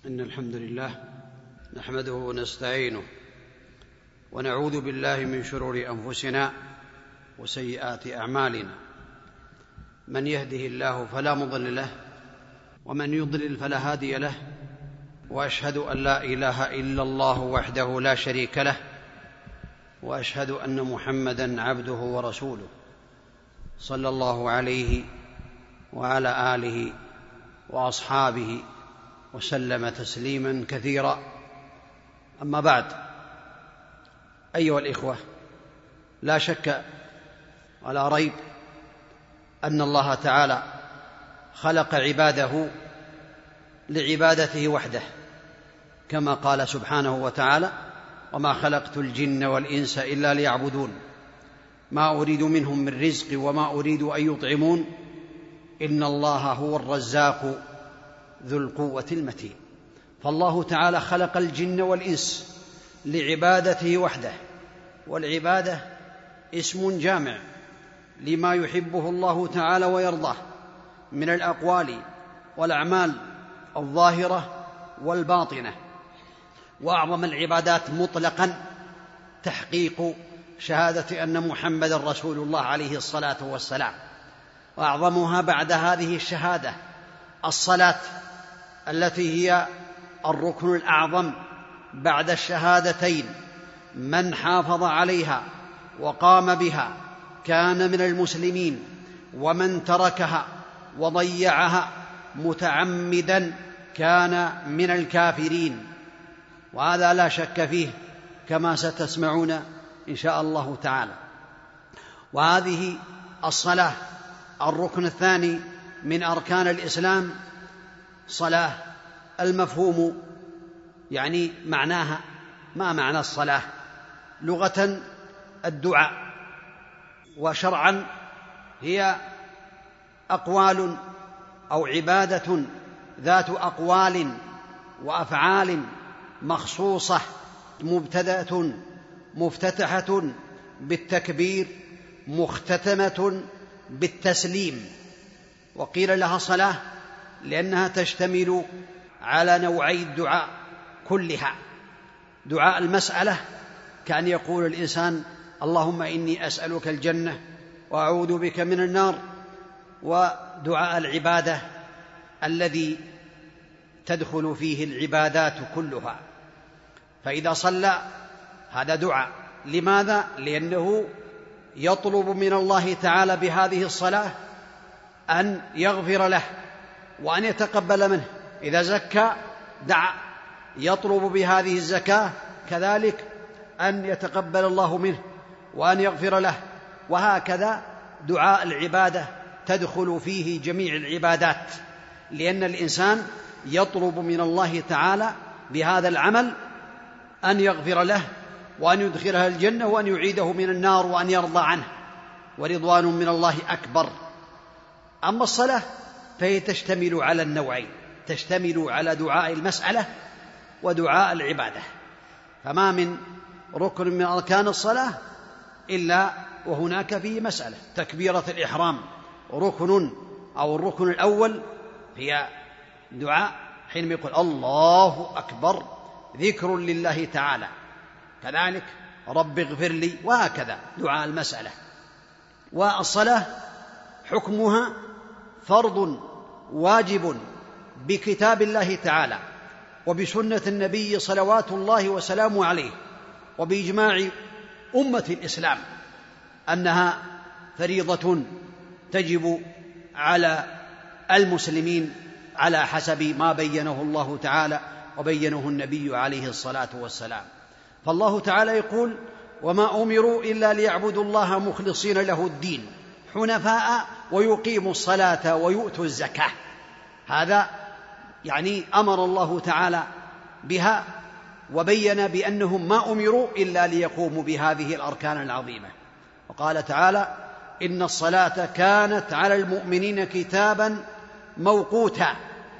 إن الحمد لله نحمده ونستعينه ونعوذ بالله من شرور أنفسنا وسيئات أعمالنا، من يهده الله فلا مضل له ومن يضلل فلا هادي له، وأشهد أن لا إله إلا الله وحده لا شريك له، وأشهد أن محمدًا عبده ورسوله صلى الله عليه وعلى آله وأصحابه وسلم تسليما كثيرا. أما بعد، أيها الإخوة، لا شك ولا ريب أن الله تعالى خلق عباده لعبادته وحده، كما قال سبحانه وتعالى: وما خلقت الجن والإنس إلا ليعبدون ما أريد منهم من رزق وما أريد أن يطعمون إن الله هو الرزاق ذو القوة المتين. فالله تعالى خلق الجن والإنس لعبادته وحده، والعبادة اسم جامع لما يحبه الله تعالى ويرضاه من الأقوال والأعمال الظاهرة والباطنة، وأعظم العبادات مطلقا تحقيق شهادة أن محمد رسول الله عليه الصلاة والسلام، وأعظمها بعد هذه الشهادة الصلاة التي هي الركن الأعظم بعد الشهادتين، من حافظ عليها وقام بها كان من المسلمين، ومن تركها وضيعها متعمدا كان من الكافرين، وهذا لا شك فيه كما ستسمعون إن شاء الله تعالى. وهذه الصلاة الركن الثاني من أركان الإسلام، صلاة المفهوم يعني معناها، ما معنى الصلاة؟ لغة الدعاء، وشرعا هي أقوال أو عبادة ذات أقوال وأفعال مخصوصة، مبتدأة مفتتحة بالتكبير، مختتمة بالتسليم. وقيل لها صلاة لأنها تشتمل على نوعي الدعاء كلها: دعاء المسألة كأن يقول الإنسان: اللهم إني أسألك الجنة وأعوذ بك من النار، ودعاء العبادة الذي تدخل فيه العبادات كلها. فإذا صلى هذا دعاء. لماذا؟ لأنه يطلب من الله تعالى بهذه الصلاة أن يغفر له وأن يتقبل منه. إذا زكى دعا، يطلب بهذه الزكاة كذلك أن يتقبل الله منه وأن يغفر له، وهكذا دعاء العبادة تدخل فيه جميع العبادات، لأن الإنسان يطلب من الله تعالى بهذا العمل أن يغفر له وأن يدخله الجنة وأن يعيده من النار وأن يرضى عنه، ورضوان من الله أكبر. أما الصلاة فهي تشتمل على النوعين، تشتمل على دعاء المسألة ودعاء العبادة، فما من ركن من أركان الصلاة إلا وهناك فيه مسألة. تكبيرة الإحرام ركن، أو الركن الأول هي دعاء حينما يقول الله أكبر، ذكر لله تعالى، كذلك رب اغفر لي، وهكذا دعاء المسألة. والصلاة حكمها فرض واجب بكتاب الله تعالى وبسنة النبي صلوات الله وسلامه عليه، وبإجماع أمة الإسلام أنها فريضة تجب على المسلمين على حسب ما بينه الله تعالى وبينه النبي عليه الصلاة والسلام. فالله تعالى يقول: وما أمروا إلا ليعبدوا الله مخلصين له الدين حنفاء ويقيموا الصلاة ويؤتوا الزكاة. هذا يعني أمر الله تعالى بها، وبين بأنهم ما أمروا إلا ليقوموا بهذه الأركان العظيمة. وقال تعالى: إن الصلاة كانت على المؤمنين كتابا موقوتا.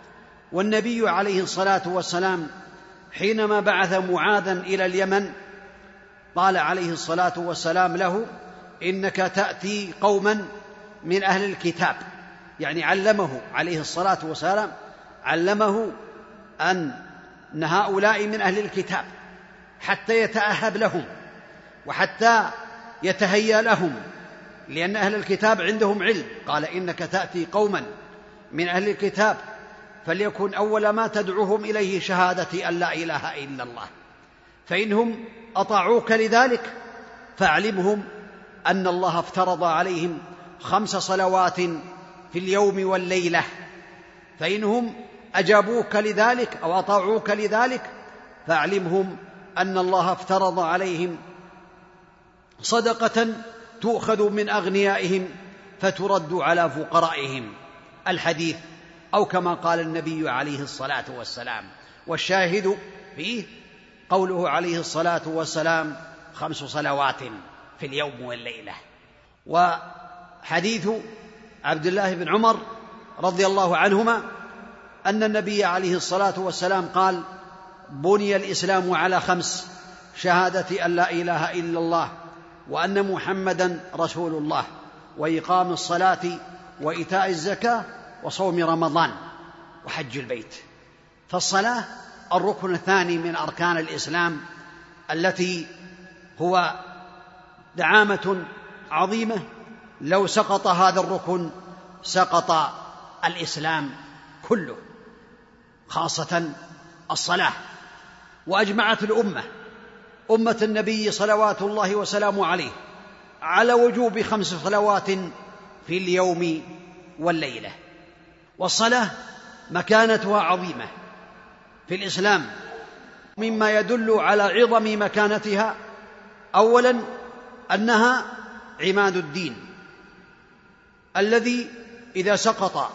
والنبي عليه الصلاة والسلام حينما بعث معاذا إلى اليمن قال عليه الصلاة والسلام له: إنك تأتي قوما من أهل الكتاب، يعني علمه عليه الصلاة والسلام، علمه أن أن هؤلاء من أهل الكتاب حتى يتأهب لهم وحتى يتهيأ لهم، لأن أهل الكتاب عندهم علم. قال إنك تأتي قوما من أهل الكتاب فليكن أول ما تدعوهم إليه شهادة أن لا إله إلا الله، فإنهم أطاعوك لذلك فاعلمهم أن الله افترض عليهم 5 صلوات في اليوم والليلة، فإنهم أجابوك لذلك أو أطاعوك لذلك فاعلمهم أن الله افترض عليهم صدقة تؤخذ من أغنيائهم فترد على فقرائهم، الحديث، أو كما قال النبي عليه الصلاة والسلام. والشاهد فيه قوله عليه الصلاة والسلام 5 صلوات في اليوم والليلة. وحديث عبد الله بن عمر رضي الله عنهما أن النبي عليه الصلاة والسلام قال: بني الإسلام على 5: شهادة أن لا إله إلا الله وأن محمدا رسول الله وإقام الصلاة وإيتاء الزكاة وصوم رمضان وحج البيت. فالصلاة الركن الثاني من أركان الإسلام، التي هو دعامة عظيمة، لو سقط هذا الركن سقط الإسلام كله، خاصة الصلاة. وأجمعت الأمة، أمة النبي صلوات الله وسلامه عليه، على وجوب 5 صلوات في اليوم والليلة. والصلاة مكانتها عظيمة في الإسلام. مما يدل على عظم مكانتها أولا أنها عماد الدين، الذي إذا سقط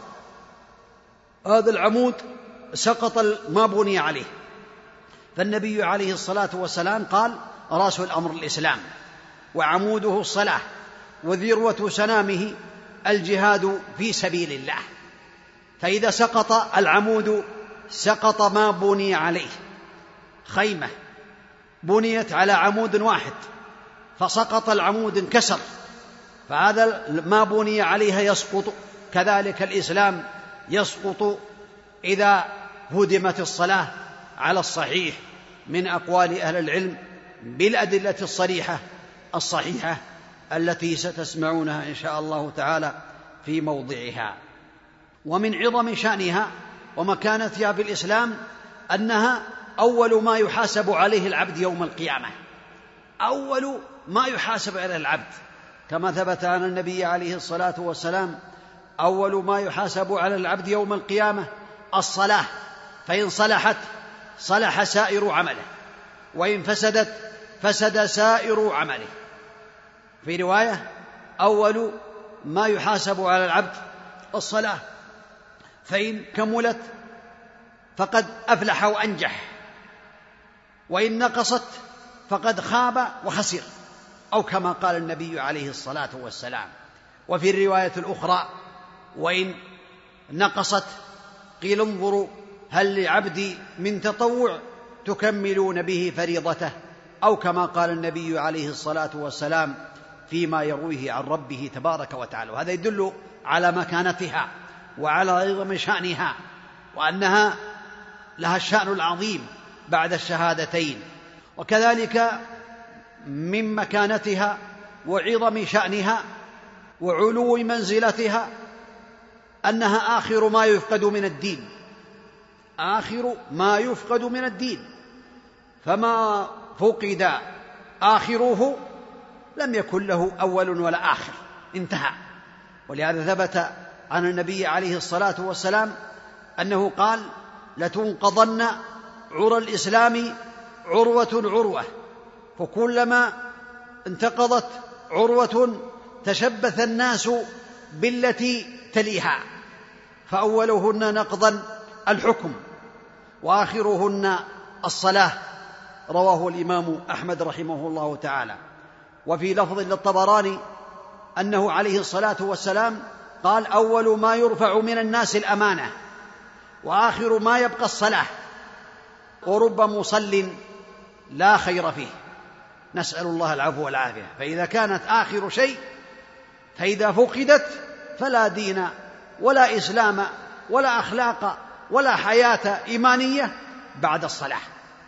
هذا العمود سقط ما بني عليه. فالنبي عليه الصلاة والسلام قال: رأس الأمر الإسلام وعموده الصلاة وذروة سنامه الجهاد في سبيل الله. فإذا سقط العمود سقط ما بني عليه. خيمة بنيت على عمود واحد فسقط العمود انكسر، فهذا ما بني عليها يسقط. كذلك الإسلام يسقط إذا هدمت الصلاة على الصحيح من أقوال أهل العلم بالأدلة الصريحة الصحيحة التي ستسمعونها إن شاء الله تعالى في موضعها. ومن عظم شأنها ومكانتها في الإسلام أنها أول ما يحاسب عليه العبد يوم القيامة. أول ما يحاسب عليه العبد، كما ثبت عن النبي عليه الصلاة والسلام: أول ما يحاسب على العبد يوم القيامة الصلاة، فإن صلحت صلح سائر عمله، وإن فسدت فسد سائر عمله. في رواية: أول ما يحاسب على العبد الصلاة، فإن كملت فقد أفلح وأنجح، وإن نقصت فقد خاب وخسر، أو كما قال النبي عليه الصلاة والسلام. وفي الرواية الأخرى: وإن نقصت قيل انظروا هل لعبدي من تطوع تكملون به فريضته، أو كما قال النبي عليه الصلاة والسلام فيما يرويه عن ربه تبارك وتعالى. وهذا يدل على مكانتها وعلى عظم شأنها، وأنها لها الشأن العظيم بعد الشهادتين. وكذلك من مكانتها وعظم شأنها وعلو منزلتها أنها آخر ما يفقد من الدين، آخر ما يفقد من الدين، فما فقد آخره لم يكن له أول ولا آخر، انتهى. ولهذا ثبت عن النبي عليه الصلاة والسلام أنه قال: لتنقضن عرى الإسلام عروة عروة، فكلما انتقضت عروة تشبث الناس بالتي تليها، فأولهن نقضا الحكم وآخرهن الصلاة. رواه الإمام أحمد رحمه الله تعالى. وفي لفظ للطبراني أنه عليه الصلاة والسلام قال: أول ما يرفع من الناس الأمانة وآخر ما يبقى الصلاة، ورب مصل لا خير فيه. نسأل الله العفو والعافية. فإذا كانت آخر شيء، فإذا فقدت فلا دين ولا إسلام ولا أخلاق ولا حياة إيمانية بعد الصلاة.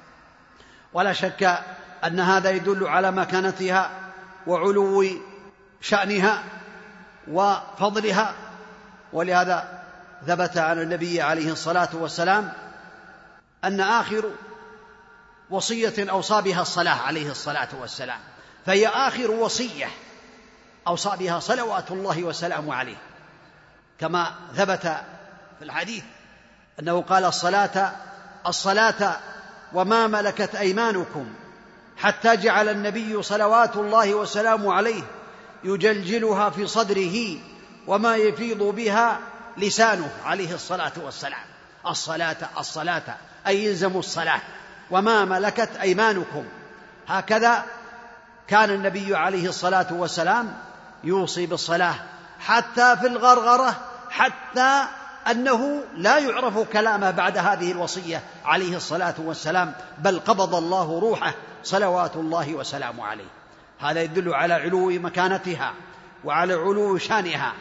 ولا شك أن هذا يدل على مكانتها وعلو شأنها وفضلها. ولهذا ثبت عن النبي عليه الصلاة والسلام أن آخر وصية أوصى بها الصلاة عليه الصلاة والسلام، فهي آخر وصية أوصى بها صلوات الله وسلامه عليه، كما ثبت في الحديث أنه قال الصلاة وما ملكت أيمانكم، حتى جعل النبي صلوات الله وسلامه عليه يجلجلها في صدره وما يفيض بها لسانه عليه الصلاة والسلام. الصلاة أي يلزم الصلاة، وما ملكت أيمانكم. هكذا كان النبي عليه الصلاة والسلام يوصي بالصلاة حتى في الغرغرة، حتى أنه لا يعرف كلامه بعد هذه الوصية عليه الصلاة والسلام، بل قبض الله روحه صلوات الله وسلامه عليه. هذا يدل على علو مكانتها وعلى علو شانها،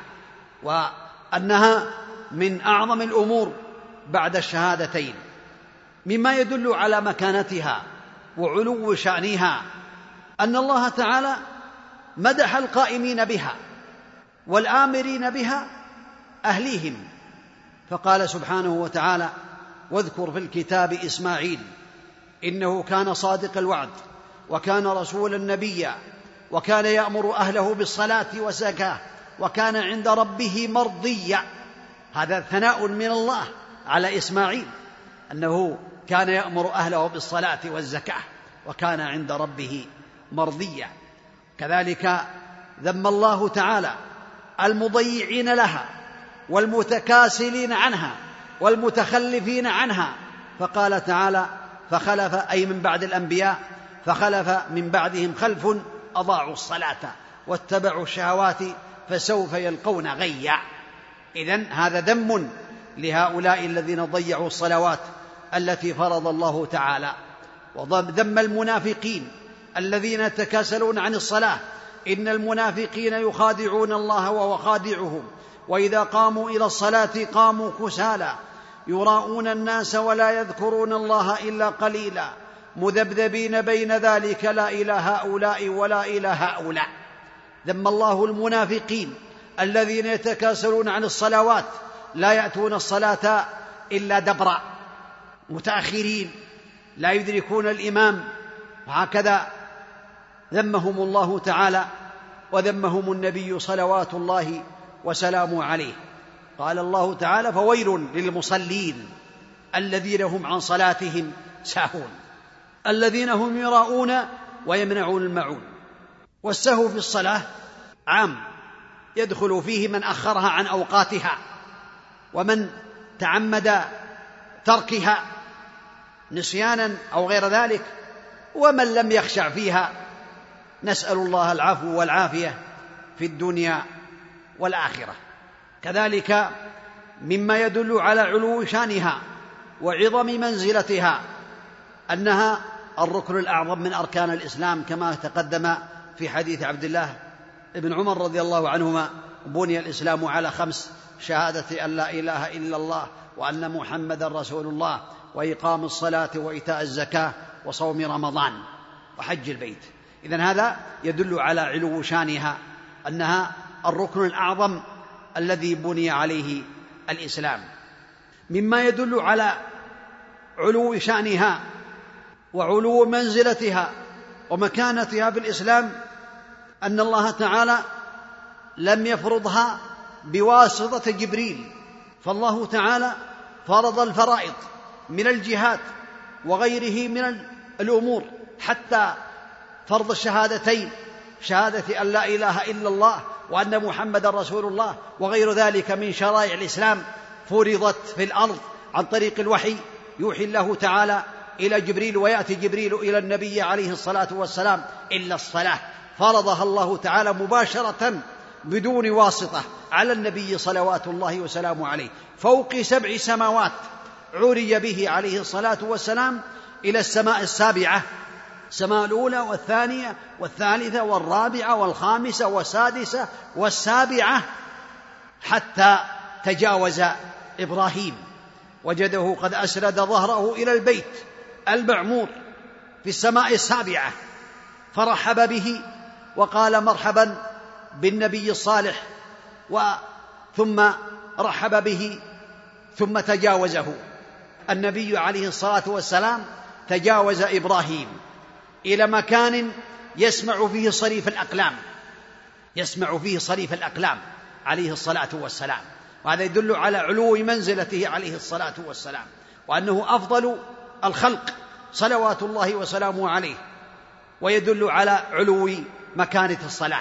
وأنها من أعظم الأمور بعد الشهادتين. مما يدل على مكانتها وعلو شأنها أن الله تعالى مدح القائمين بها والآمرين بها أهليهم، فقال سبحانه وتعالى: واذكر في الكتاب إسماعيل إنه كان صادق الوعد وكان رسولا نبيا وكان يأمر أهله بالصلاة والزكاة وكان عند ربه مرضيا. هذا ثناء من الله على إسماعيل، أنه كان يأمر أهله بالصلاة والزكاة وكان عند ربه مرضيا. كذلك ذم الله تعالى المضيعين لها والمتكاسلين عنها والمتخلفين عنها، فقال تعالى: فخلف، أي من بعد الأنبياء، فخلف من بعدهم خلف أضاعوا الصلاة واتبعوا الشهوات فسوف يلقون غيا. إذن هذا ذم لهؤلاء الذين ضيعوا الصلوات التي فرض الله تعالى. وذم المنافقين الذين يتكاسلون عن الصلاة: إن المنافقين يخادعون الله وهو خادعهم وإذا قاموا إلى الصلاة قاموا كسالى يراءون الناس ولا يذكرون الله إلا قليلا مذبذبين بين ذلك لا إلى هؤلاء ولا إلى هؤلاء. ذم الله المنافقين الذين يتكاسلون عن الصلوات، لا يأتون الصلاة إلا دبرا، متأخرين لا يدركون الإمام، وهكذا ذمهم الله تعالى وذمهم النبي صلوات الله وسلامه عليه. قال الله تعالى: فويل للمصلين الذين هم عن صلاتهم ساهون الذين هم يراءون ويمنعون الماعون. والسهو في الصلاة عام، يدخل فيه من أخرها عن أوقاتها ومن تعمد تركها نسيانا أو غير ذلك، ومن لم يخشع فيها. نسأل الله العفو والعافية في الدنيا والآخرة. كذلك مما يدل على علو شانها وعظم منزلتها أنها الركن الأعظم من أركان الإسلام، كما تقدم في حديث عبد الله بن عمر رضي الله عنهما: بني الإسلام على 5: شهادة أن لا إله إلا الله وأن محمدا رسول الله وإقام الصلاة وإيتاء الزكاة وصوم رمضان وحج البيت. إذن هذا يدل على علو شانها، أنها الركن الأعظم الذي بني عليه الإسلام. مما يدل على علو شأنها وعلو منزلتها ومكانتها في الإسلام أن الله تعالى لم يفرضها بواسطة جبريل، فالله تعالى فرض الفرائض من الجهاد وغيره من الأمور، حتى فرض الشهادتين: شهادة أن لا إله إلا الله وأن محمد رسول الله وغير ذلك من شرائع الإسلام فرضت في الأرض عن طريق الوحي، يوحي الله تعالى إلى جبريل ويأتي جبريل إلى النبي عليه الصلاة والسلام. إلا الصلاة فرضها الله تعالى مباشرة بدون واسطة على النبي صلوات الله وسلامه عليه، فوق 7 سماوات عرج به عليه الصلاة والسلام إلى السماء السابعة، السماء الأولى والثانية والثالثة والرابعة والخامسة والسادسة والسابعة، حتى تجاوز إبراهيم وجده قد أسند ظهره إلى البيت المعمور في السماء السابعة، فرحب به وقال مرحبا بالنبي الصالح، ثم رحب به ثم تجاوزه. النبي عليه الصلاة والسلام تجاوز إبراهيم إلى مكان يسمع فيه صريف الأقلام عليه الصلاة والسلام، وهذا يدل على علو منزلته عليه الصلاة والسلام، وأنه أفضل الخلق صلوات الله وسلامه عليه، ويدل على علو مكانة الصلاة.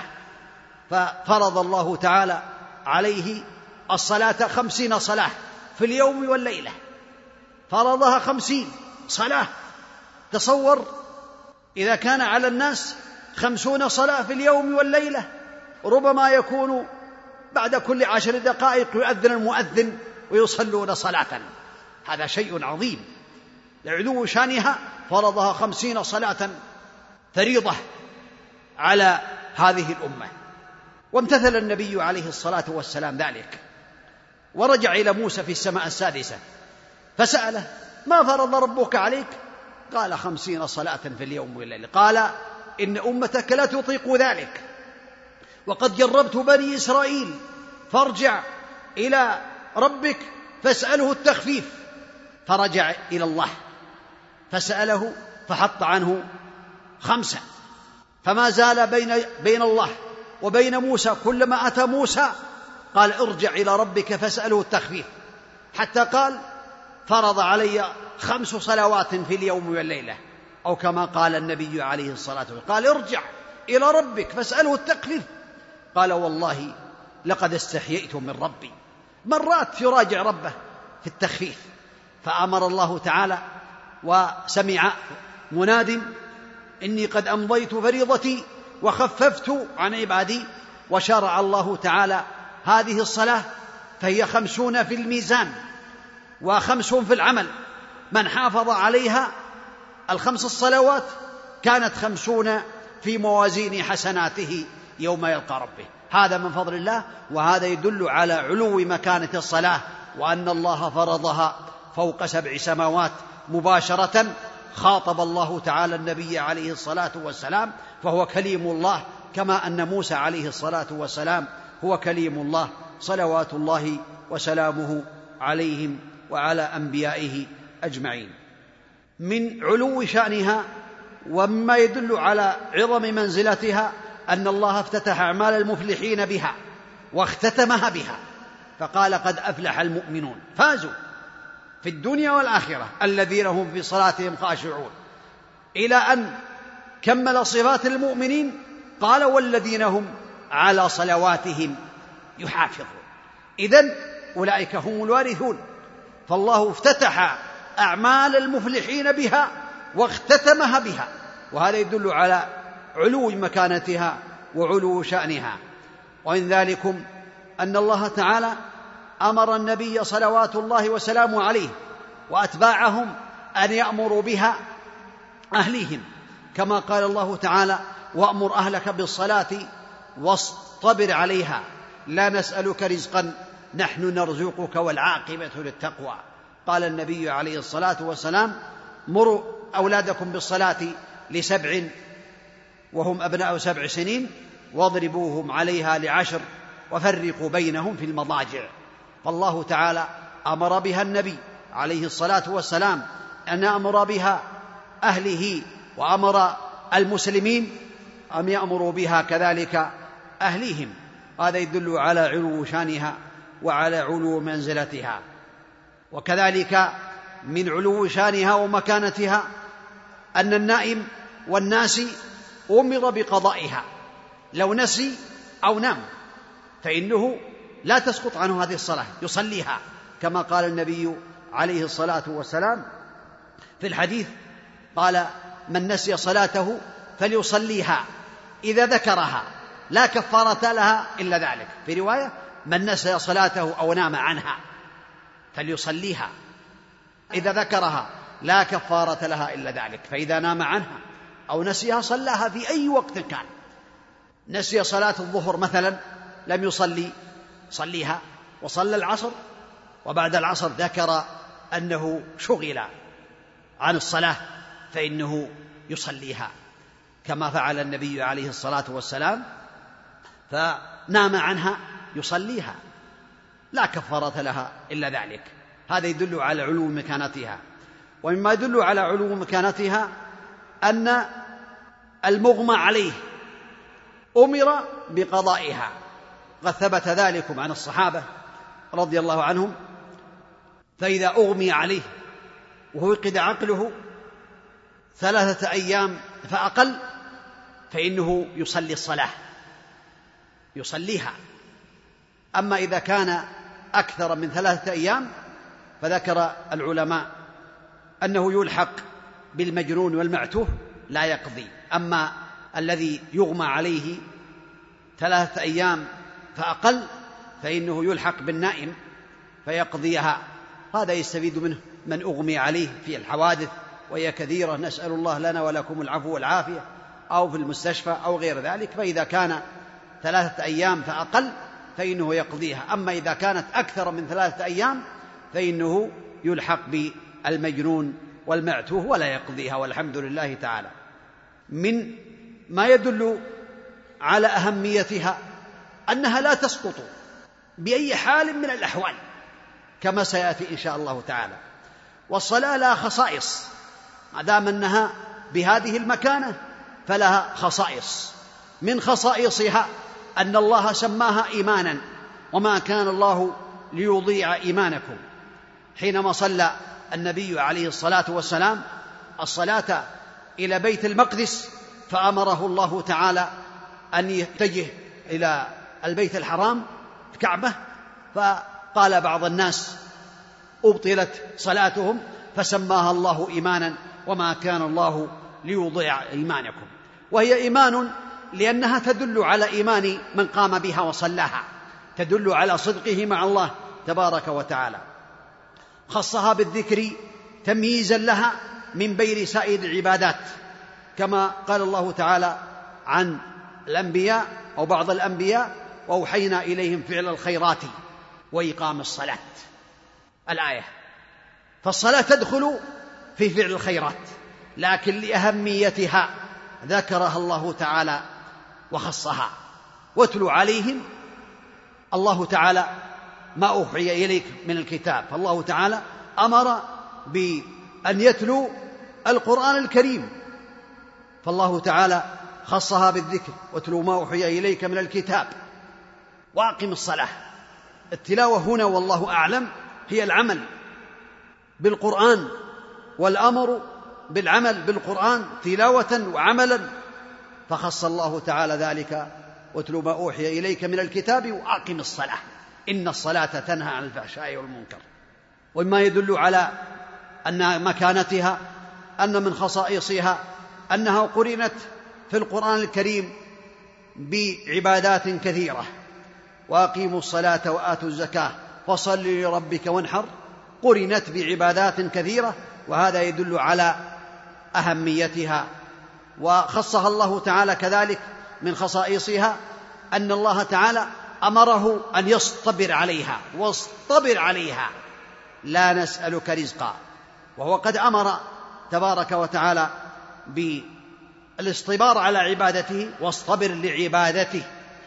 ففرض الله تعالى عليه الصلاة 50 صلاة في اليوم والليلة، فرضها 50 صلاة. تصور إذا كان على الناس 50 صلاة في اليوم والليلة، ربما يكون بعد كل 10 دقائق يؤذن المؤذن ويصلون صلاة. هذا شيء عظيم لعلو شانها، فرضها 50 صلاة فريضة على هذه الأمة. وامتثل النبي عليه الصلاة والسلام ذلك، ورجع إلى موسى في السماء السادسة فسأله: ما فرض ربك عليك؟ قال: 50 صلاة في اليوم والليلة. قال: إن أمتك لا تطيق ذلك، وقد جربت بني إسرائيل، فارجع إلى ربك فاسأله التخفيف. فرجع إلى الله فسأله فحط عنه 5، فما زال بين الله وبين موسى كلما أتى موسى قال: ارجع إلى ربك فاسأله التخفيف، حتى قال: فرض علي 5 صلوات في اليوم والليلة، أو كما قال النبي عليه الصلاة والسلام قال: ارجع إلى ربك فاسأله التخفيف. قال: والله لقد استحييت من ربي. مرات يراجع ربه في التخفيف، فأمر الله تعالى وسمع مناد: إني قد أمضيت فريضتي وخففت عن عبادي. وشرع الله تعالى هذه الصلاة، فهي 50 في الميزان و5 في العمل. من حافظ عليها 5 الصلوات كانت 50 في موازين حسناته يوم يلقى ربه. هذا من فضل الله، وهذا يدل على علو مكانة الصلاة، وأن الله فرضها فوق 7 سماوات مباشرة. خاطب الله تعالى النبي عليه الصلاة والسلام، فهو كليم الله، كما أن موسى عليه الصلاة والسلام هو كليم الله، صلوات الله وسلامه عليهم وعلى أنبيائه أجمعين. من علو شأنها ومما يدل على عظم منزلتها أن الله افتتح أعمال المفلحين بها واختتمها بها، فقال: قد أفلح المؤمنون، فازوا في الدنيا والآخرة الذين هم في صلاتهم خاشعون، إلى أن كمل صفات المؤمنين قال: والذين هم على صلواتهم يحافظون. إذن أولئك هم الوارثون. فالله افتتح أعمال المفلحين بها واختتمها بها، وهذا يدل على علو مكانتها وعلو شأنها. ومن ذلكم أن الله تعالى أمر النبي صلوات الله وسلامه عليه وأتباعهم أن يأمروا بها أهليهم، كما قال الله تعالى: وأمر أهلك بالصلاة واصطبر عليها لا نسألك رزقا نحن نرزقك والعاقبة للتقوى. قال النبي عليه الصلاة والسلام: مروا أولادكم بالصلاة ل7 وهم أبناء 7 سنين، واضربوهم عليها ل10، وفرقوا بينهم في المضاجع. فالله تعالى أمر بها النبي عليه الصلاة والسلام أن يأمر بها أهله، وأمر المسلمين أن يأمروا بها كذلك أهليهم. هذا يدل على علو شانها وعلى علو منزلتها. وكذلك من علو شانها ومكانتها أن النائم والناسي أمر بقضائها، لو نسي أو نام فإنه لا تسقط عنه هذه الصلاة، يصليها، كما قال النبي عليه الصلاة والسلام في الحديث قال: من نسي صلاته فليصليها إذا ذكرها لا كفارة لها إلا ذلك. في رواية: من نسي صلاته أو نام عنها فليصليها إذا ذكرها لا كفارة لها إلا ذلك. فإذا نام عنها أو نسيها صلاها في أي وقت كان. نسي صلاة الظهر مثلا لم يصلي، صليها. وصلى العصر، وبعد العصر ذكر أنه شغل عن الصلاة فإنه يصليها، كما فعل النبي عليه الصلاة والسلام، فنام عنها يصليها لا كفارة لها إلا ذلك. هذا يدل على علو مكانتها. ومما يدل على علو مكانتها أن المغمى عليه أمر بقضائها، قد ثبت ذلك عن الصحابة رضي الله عنهم، فإذا أغمي عليه وفقد عقله 3 أيام فأقل فإنه يصلي الصلاة، يصليها. أما إذا كان أكثر من 3 أيام فذكر العلماء أنه يلحق بالمجنون والمعتوه لا يقضي. أما الذي يغمى عليه 3 أيام فأقل فإنه يلحق بالنائم فيقضيها. هذا يستفيد منه من أغمي عليه في الحوادث وهي كثيرة، نسأل الله لنا ولكم العفو والعافية، أو في المستشفى أو غير ذلك، فإذا كان 3 أيام فأقل فإنه يقضيها. أما إذا كانت أكثر من 3 أيام فإنه يلحق بالمجنون والمعتوه ولا يقضيها، والحمد لله تعالى. من ما يدل على أهميتها أنها لا تسقط بأي حال من الأحوال كما سيأتي إن شاء الله تعالى. والصلاة لها خصائص، ما دام أنها بهذه المكانة فلها خصائص. من خصائصها أن الله سماها إيمانا، وما كان الله ليضيع إيمانكم، حينما صلى النبي عليه الصلاة والسلام الصلاة إلى بيت المقدس فأمره الله تعالى أن يتجه إلى البيت الحرام الكعبة، فقال بعض الناس أبطلت صلاتهم فسماها الله إيمانا، وما كان الله ليضيع إيمانكم. وهي إيمان لأنها تدل على إيمان من قام بها وصلاها، تدل على صدقه مع الله تبارك وتعالى. خصها بالذكر تمييزا لها من بين سائر العبادات، كما قال الله تعالى عن الأنبياء أو بعض الأنبياء: وأوحينا إليهم فعل الخيرات وإقام الصلاة، الآية. فالصلاة تدخل في فعل الخيرات، لكن لأهميتها ذكرها الله تعالى وخصها. واتل عليهم الله تعالى ما أوحي إليك من الكتاب، فالله تعالى أمر بأن يتلو القرآن الكريم، فالله تعالى خصها بالذكر: واتلو ما أوحي إليك من الكتاب وأقم الصلاة. التلاوة هنا والله أعلم هي العمل بالقرآن، والأمر بالعمل بالقرآن تلاوة وعملا، فخص الله تعالى ذلك: واتلو ما أوحي إليك من الكتاب وأقم الصلاة إن الصلاة تنهى عن الفحشاء والمنكر. وما يدل على أن مكانتها أن من خصائصها أنها قرنت في القرآن الكريم بعبادات كثيرة: وأقيموا الصلاة وآتوا الزكاة فصل لربك وانحر، قرنت بعبادات كثيرة، وهذا يدل على أهميتها. وخصها الله تعالى كذلك من خصائصها أن الله تعالى أمره أن يصطبر عليها، واصطبر عليها لا نسألك رزقا، وهو قد أمر تبارك وتعالى بالاصطبار على عبادته واصطبر لعبادته،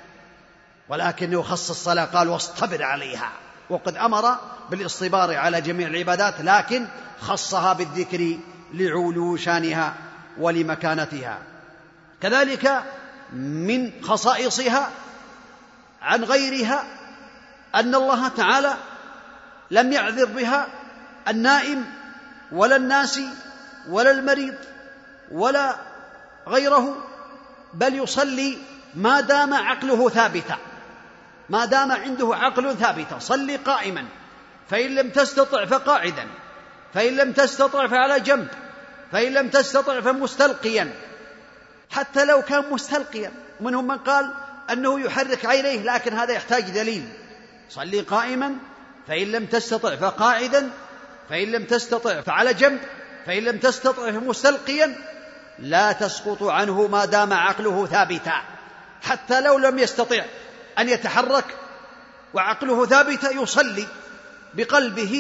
ولكنه خص الصلاة قال: واصطبر عليها، وقد أمر بالاصطبار على جميع العبادات، لكن خصها بالذكر لعلو شانها ولمكانتها. كذلك من خصائصها عن غيرها أن الله تعالى لم يعذر بها النائم ولا الناسي ولا المريض ولا غيره، بل يصلي ما دام عقله ثابتا، ما دام عنده عقل ثابتا. صلي قائما، فإن لم تستطع فقاعدا، فإن لم تستطع فعلى جنب، فإن لم تستطع فمستلقيا، حتى لو كان مستلقيا. منهم من قال أنه يحرك عينيه، لكن هذا يحتاج دليل. صلي قائما، فإن لم تستطع فقاعدا، فإن لم تستطع فعلى جنب، فإن لم تستطع فمستلقيا، لا تسقط عنه ما دام عقله ثابتا. حتى لو لم يستطع أن يتحرك وعقله ثابت يصلي بقلبه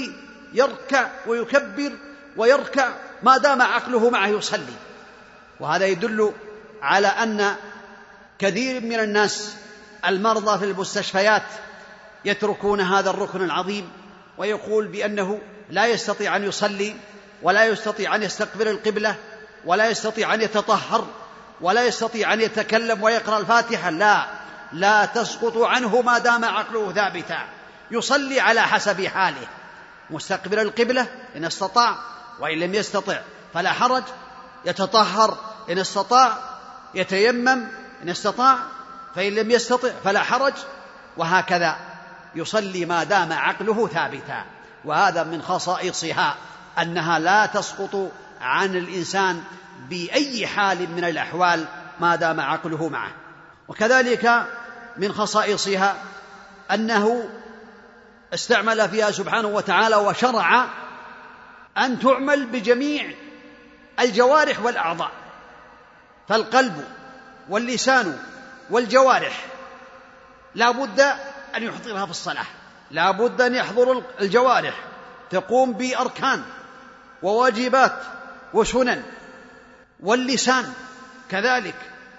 يركع ويكبر ويركع ما دام عقله معه يصلي. وهذا يدل على أن كثير من الناس المرضى في المستشفيات يتركون هذا الركن العظيم، ويقول بأنه لا يستطيع أن يصلي ولا يستطيع أن يستقبل القبلة ولا يستطيع أن يتطهر ولا يستطيع أن يتكلم ويقرأ الفاتحة. لا تسقط عنه ما دام عقله ثابتا، يصلي على حسب حاله، مستقبل القبلة إن استطاع، وإن لم يستطع فلا حرج، يتطهر إن استطاع، يتيمم إن استطاع، فإن لم يستطع فلا حرج، وهكذا يصلي ما دام عقله ثابتا. وهذا من خصائصها أنها لا تسقط عن الإنسان بأي حال من الأحوال ما دام عقله معه. وكذلك من خصائصها أنه استعمل فيها سبحانه وتعالى وشرع أن تعمل بجميع الجوارح والأعضاء، فالقلب واللسان والجوارح لا بد أن يحضرها في الصلاة، لا بد أن يحضر الجوارح، تقوم بأركان وواجبات وسنن، واللسان كذلك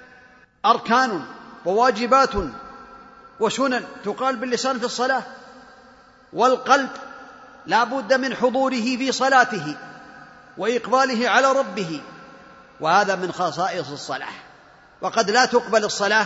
أركان وواجبات وسنن تقال باللسان في الصلاة، والقلب لا بد من حضوره في صلاته وإقباله على ربه، وهذا من خصائص الصلاة. وقد لا تقبل الصلاة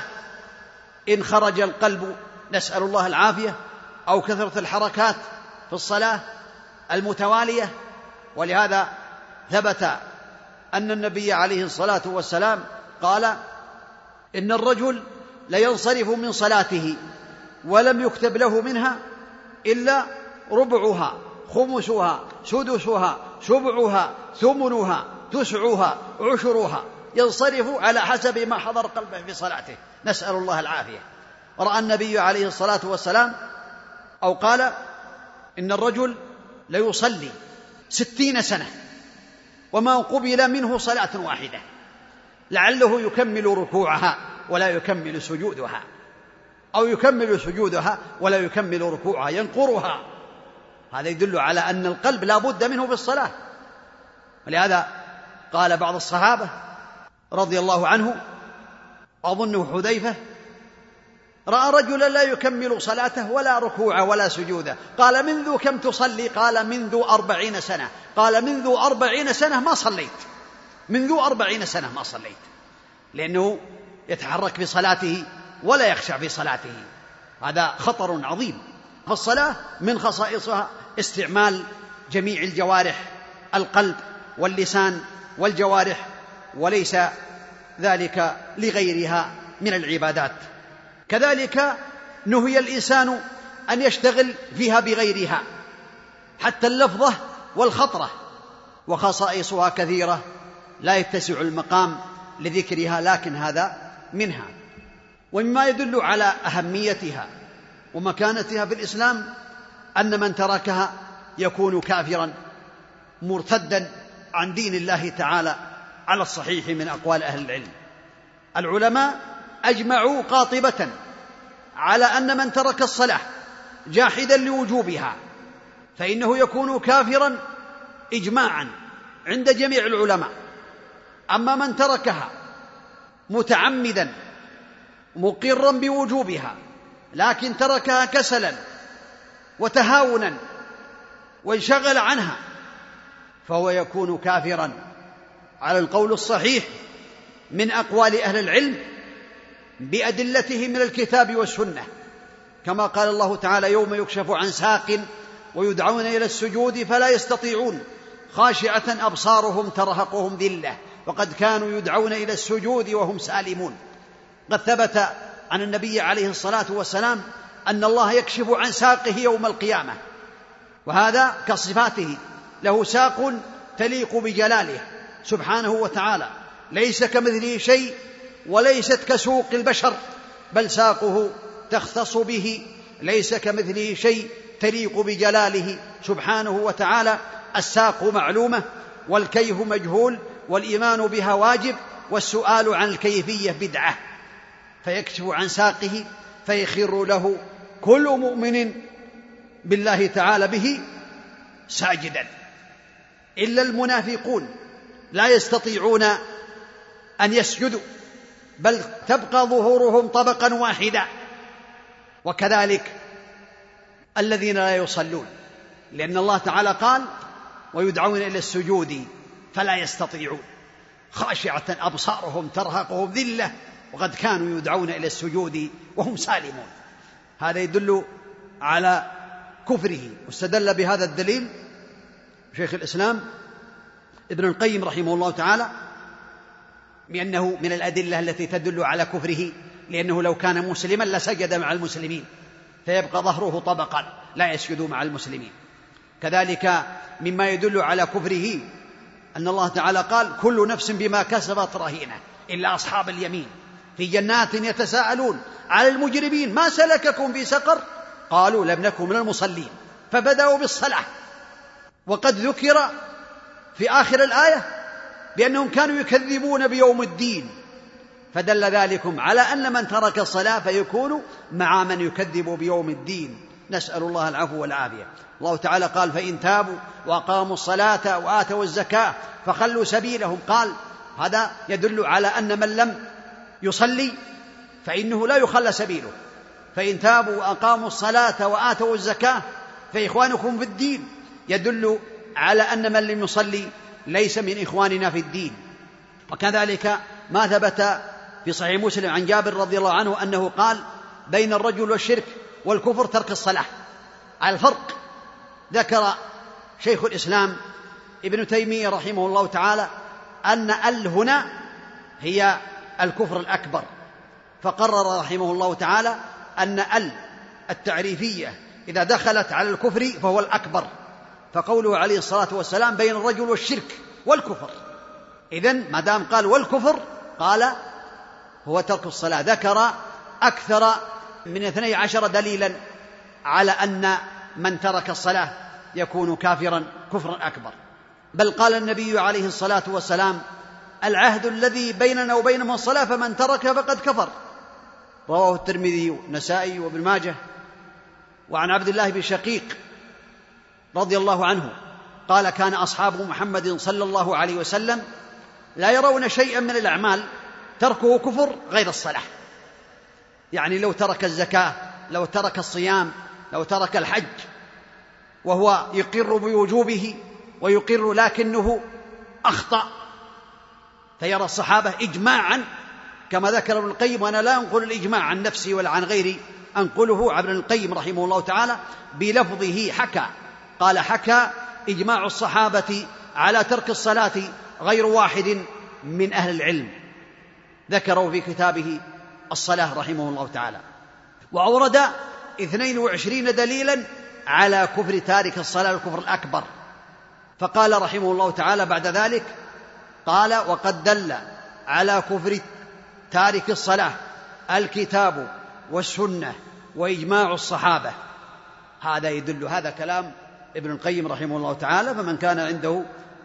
إن خرج القلب، نسأل الله العافية، أو كثرة الحركات في الصلاة المتوالية. ولهذا ثبت أن النبي عليه الصلاة والسلام قال: إن الرجل لينصرف من صلاته ولم يكتب له منها إلا ربعها، خمسها، سدسها، سبعها، ثمنها، تسعها، عشرها، ينصرف على حسب ما حضر قلبه في صلاته، نسأل الله العافية. ورأى النبي عليه الصلاة والسلام أو قال: إن الرجل ليصلي 60 سنة وما قبل منه صلاة واحدة، لعله يكمل ركوعها ولا يكمل سجودها، أو يكمل سجودها ولا يكمل ركوعها، ينقرها. هذا يدل على أن القلب لا بد منه في الصلاة. ولهذا قال بعض الصحابة رضي الله عنه، أظنه حذيفة، رأى رجلا لا يكمل صلاته ولا ركوعه ولا سجوده، قال: منذ كم تصلي؟ قال: منذ 40 سنة. قال: منذ 40 سنة ما صليت، منذ 40 سنة ما صليت، لأنه يتحرك في صلاته ولا يخشع في صلاته، هذا خطر عظيم. فالصلاة من خصائصها استعمال جميع الجوارح، القلب واللسان والجوارح، وليس ذلك لغيرها من العبادات. كذلك نهي الإنسان أن يشتغل فيها بغيرها، حتى اللفظة والخطرة، وخصائصها كثيرة لا يتسع المقام لذكرها، لكن هذا منها. ومما يدل على أهميتها ومكانتها في الإسلام أن من تركها يكون كافرا مرتدا عن دين الله تعالى على الصحيح من أقوال أهل العلم. العلماء أجمعوا قاطبة على أن من ترك الصلاة جاحدا لوجوبها فإنه يكون كافرا إجماعا عند جميع العلماء. أما من تركها متعمدا مقرا بوجوبها لكن تركها كسلا وتهاونا وانشغل عنها فهو يكون كافرا على القول الصحيح من أقوال أهل العلم بأدلته من الكتاب والسنة، كما قال الله تعالى: يوم يكشف عن ساق ويدعون إلى السجود فلا يستطيعون خاشعة أبصارهم ترهقهم ذلة وقد كانوا يدعون إلى السجود وهم سالمون. قد ثبت عن النبي عليه الصلاة والسلام أن الله يكشف عن ساقه يوم القيامة، وهذا كصفاته، له ساق تليق بجلاله سبحانه وتعالى، ليس كمثله شيء وليست كسوق البشر، بل ساقه تختص به، ليس كمثله شيء تليق بجلاله سبحانه وتعالى. الساق معلومة والكيف مجهول والإيمان بها واجب والسؤال عن الكيفية بدعة، فيكشف عن ساقه فيخر له كل مؤمن بالله تعالى به ساجدا، إلا المنافقون لا يستطيعون أن يسجدوا، بل تبقى ظهورهم طبقا واحدا. وكذلك الذين لا يصلون، لأن الله تعالى قال ويدعون إلى السجود فلا يستطيعون، خاشعة أبصارهم ترهقهم ذلة وقد كانوا يدعون إلى السجود وهم سالمون. هذا يدل على كفره. واستدل بهذا الدليل شيخ الإسلام ابن القيم رحمه الله تعالى بأنه من الأدلة التي تدل على كفره، لأنه لو كان مسلما لسجد مع المسلمين، فيبقى ظهره طبقا لا يسجد مع المسلمين. كذلك مما يدل على كفره أن الله تعالى قال كل نفس بما كسبت رهينة إلا أصحاب اليمين في جنات يتساءلون على المجرمين ما سلككم في سقر قالوا لم نكن من المصلين فبدأوا بالصلاة. وقد ذكر في آخر الآية بأنهم كانوا يكذبون بيوم الدين، فدل ذلكم على أن من ترك الصلاة فيكون مع من يكذب بيوم الدين، نسأل الله العفو والعافية. الله تعالى قال فإن تابوا وأقاموا الصلاة وآتوا الزكاة فخلوا سبيلهم، قال هذا يدل على أن من لم يصلي فإنه لا يخلى سبيله. فإن تابوا وأقاموا الصلاة وآتوا الزكاة فإخوانكم في الدين، يدل على أن من لم يصلي ليس من إخواننا في الدين. وكذلك ما ثبت في صحيح مسلم عن جابر رضي الله عنه أنه قال بين الرجل والشرك والكفر ترك الصلاة. على الفرق ذكر شيخ الإسلام ابن تيمية رحمه الله تعالى أن هنا هي الكفر الأكبر، فقرر رحمه الله تعالى أن التعريفية إذا دخلت على الكفر فهو الأكبر، فقوله عليه الصلاة والسلام بين الرجل والشرك والكفر، إذن ما دام قال والكفر قال هو ترك الصلاة. ذكر أكثر من 12 دليلا على أن من ترك الصلاة يكون كافرا كفرا أكبر. بل قال النبي عليه الصلاة والسلام العهد الذي بيننا وبينهم الصلاة فمن ترك فقد كفر، رواه الترمذي والنسائي وابن ماجه. وعن عبد الله بن شقيق رضي الله عنه قال كان أصحاب محمد صلى الله عليه وسلم لا يرون شيئا من الأعمال تركه كفر غير الصلاة، يعني لو ترك الزكاة، لو ترك الصيام، لو ترك الحج وهو يقر بوجوبه ويقر لكنه أخطأ، فيرى الصحابة إجماعا كما ذكر ابن القيم، وأنا لا أنقل الإجماع عن نفسي ولا عن غيري، أنقله عن ابن القيم رحمه الله تعالى بلفظه حكى، قال حكى إجماع الصحابة على ترك الصلاة غير واحد من أهل العلم، ذكروا في كتابه الصلاة رحمه الله تعالى. وأورد 22 دليلا على كفر تارك الصلاة الكفر الأكبر، فقال رحمه الله تعالى بعد ذلك قال وقد دل على كفر تارك الصلاة الكتاب والسنة وإجماع الصحابة. هذا يدل، هذا كلام ابن القيم رحمه الله تعالى، فمن كان عنده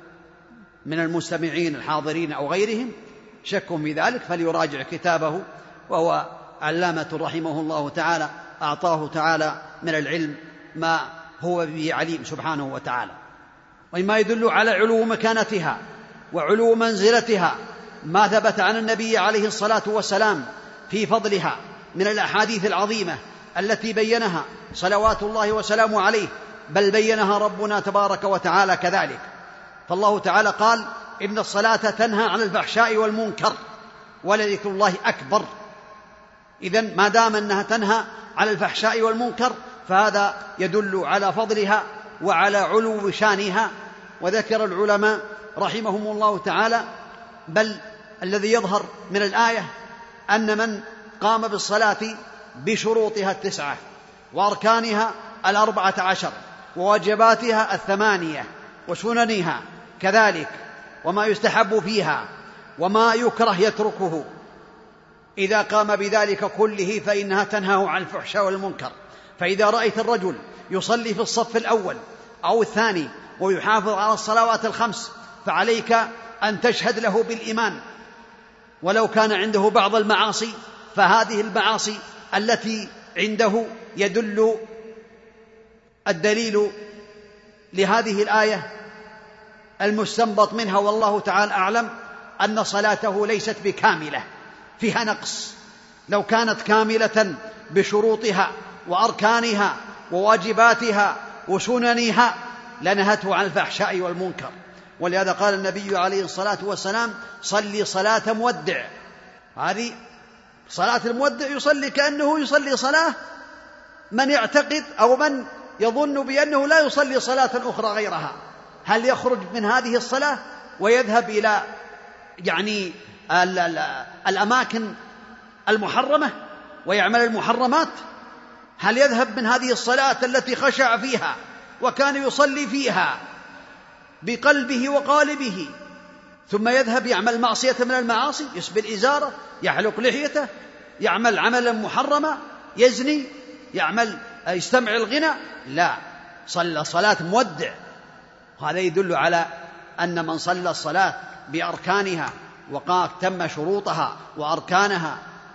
من المستمعين الحاضرين أو غيرهم شك في ذلك فليراجع كتابه، وهو علامة رحمه الله تعالى أعطاه تعالى من العلم ما هو به عليم سبحانه وتعالى. وما يدل على علو مكانتها وعلو منزلتها ما ثبت عن النبي عليه الصلاة والسلام في فضلها من الأحاديث العظيمة التي بينها صلوات الله وسلامه عليه، بل بينها ربنا تبارك وتعالى كذلك. فالله تعالى قال إن الصلاة تنهى عن الفحشاء والمنكر ولذكر الله أكبر. إذن ما دام أنها تنهى عن الفحشاء والمنكر فهذا يدل على فضلها وعلى علو شانها. وذكر العلماء رحمهم الله تعالى بل الذي يظهر من الآية أن من قام بالصلاة بشروطها 9 وأركانها 14 وواجباتها 8 وسننها كذلك وما يستحب فيها وما يكره يتركه، إذا قام بذلك كله فإنها تنهى عن الفحشاء والمنكر. فإذا رأيت الرجل يصلي في الصف الأول أو الثاني ويحافظ على الصلوات الخمس فعليك أن تشهد له بالإيمان، ولو كان عنده بعض المعاصي فهذه المعاصي التي عنده يدل الدليل لهذه الآية المستنبط منها والله تعالى أعلم أن صلاته ليست بكاملة، فيها نقص. لو كانت كاملة بشروطها وأركانها وواجباتها وسننها لنهته عن الفحشاء والمنكر. ولهذا قال النبي عليه الصلاة والسلام: صلي صلاة مودع. هذه صلاة المودع يصلي كأنه يصلي صلاة من يعتقد أو من يظن بأنه لا يصلي صلاة أخرى غيرها. هل يخرج من هذه الصلاة ويذهب إلى الأماكن المحرمة ويعمل المحرمات؟ هل يذهب من هذه الصلاة التي خشع فيها وكان يصلي فيها بقلبه وقالبه ثم يذهب يعمل معصية من المعاصي، يسبل إزارة، يحلق لحيته، يعمل عملا محرما، يزني، يستمع الغنى؟ لا، صلى صلاة مودع. هذا يدل على أن من صلى الصلاة بأركانها وتم شروطها وأركانها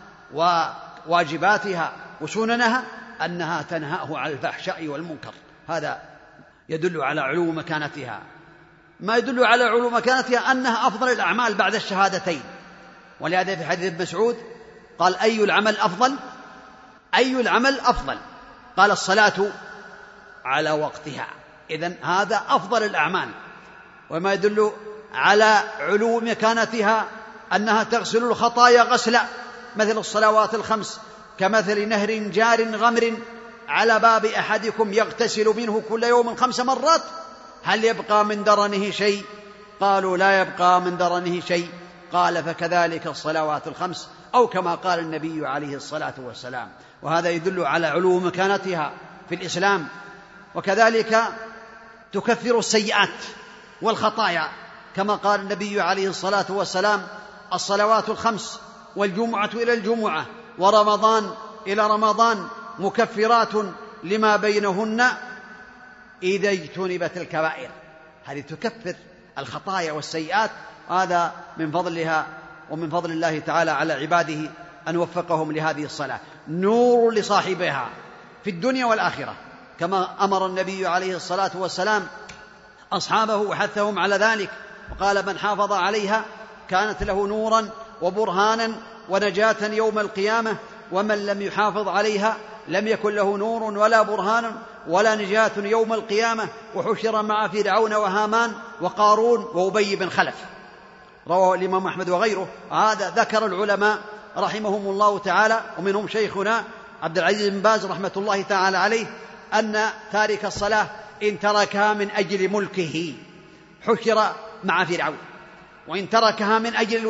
وواجباتها وسننها أنها تنهاه عن الفحشاء والمنكر. هذا يدل على علو مكانتها. ما يدل على علو مكانتها أنها أفضل الأعمال بعد الشهادتين. ولهذا في حديث ابن مسعود قال: أي العمل أفضل؟ أي العمل أفضل؟ قال: الصلاة على وقتها. إذن هذا أفضل الأعمال. وما يدل على علو مكانتها أنها تغسل الخطايا غسلا، مثل الصلوات الخمس كمثل نهر جار غمر على باب أحدكم يغتسل منه كل يوم 5 مرات هل يبقى من درنه شيء؟ قالوا: لا يبقى من درنه شيء. قال: فكذلك الصلوات الخمس، أو كما قال النبي عليه الصلاة والسلام. وهذا يدل على علو مكانتها في الإسلام. وكذلك تكفر السيئات والخطايا، كما قال النبي عليه الصلاة والسلام: الصلوات الخمس والجمعة إلى الجمعة ورمضان إلى رمضان مكفرات لما بينهن إذا اجتنبت الكبائر. هذه تكفر الخطايا والسيئات. هذا من فضلها ومن فضل الله تعالى على عباده أن وفقهم لهذه الصلاة، نور لصاحبها في الدنيا والآخرة، كما أمر النبي عليه الصلاة والسلام أصحابه وحثهم على ذلك، وقال: من حافظ عليها كانت له نورا وبرهانا ونجاة يوم القيامة، ومن لم يحافظ عليها لم يكن له نور ولا برهان ولا نجاة يوم القيامة، وحشر مع فرعون وهامان وقارون وأبي بن خلف. رواه الإمام أحمد وغيره. هذا ذكر العلماء رحمهم الله تعالى، ومنهم شيخنا عبد العزيز بن باز رحمة الله تعالى عليه، أن تارك الصلاة إن تركها من أجل ملكه حشر مع فرعون، وإن تركها من أجل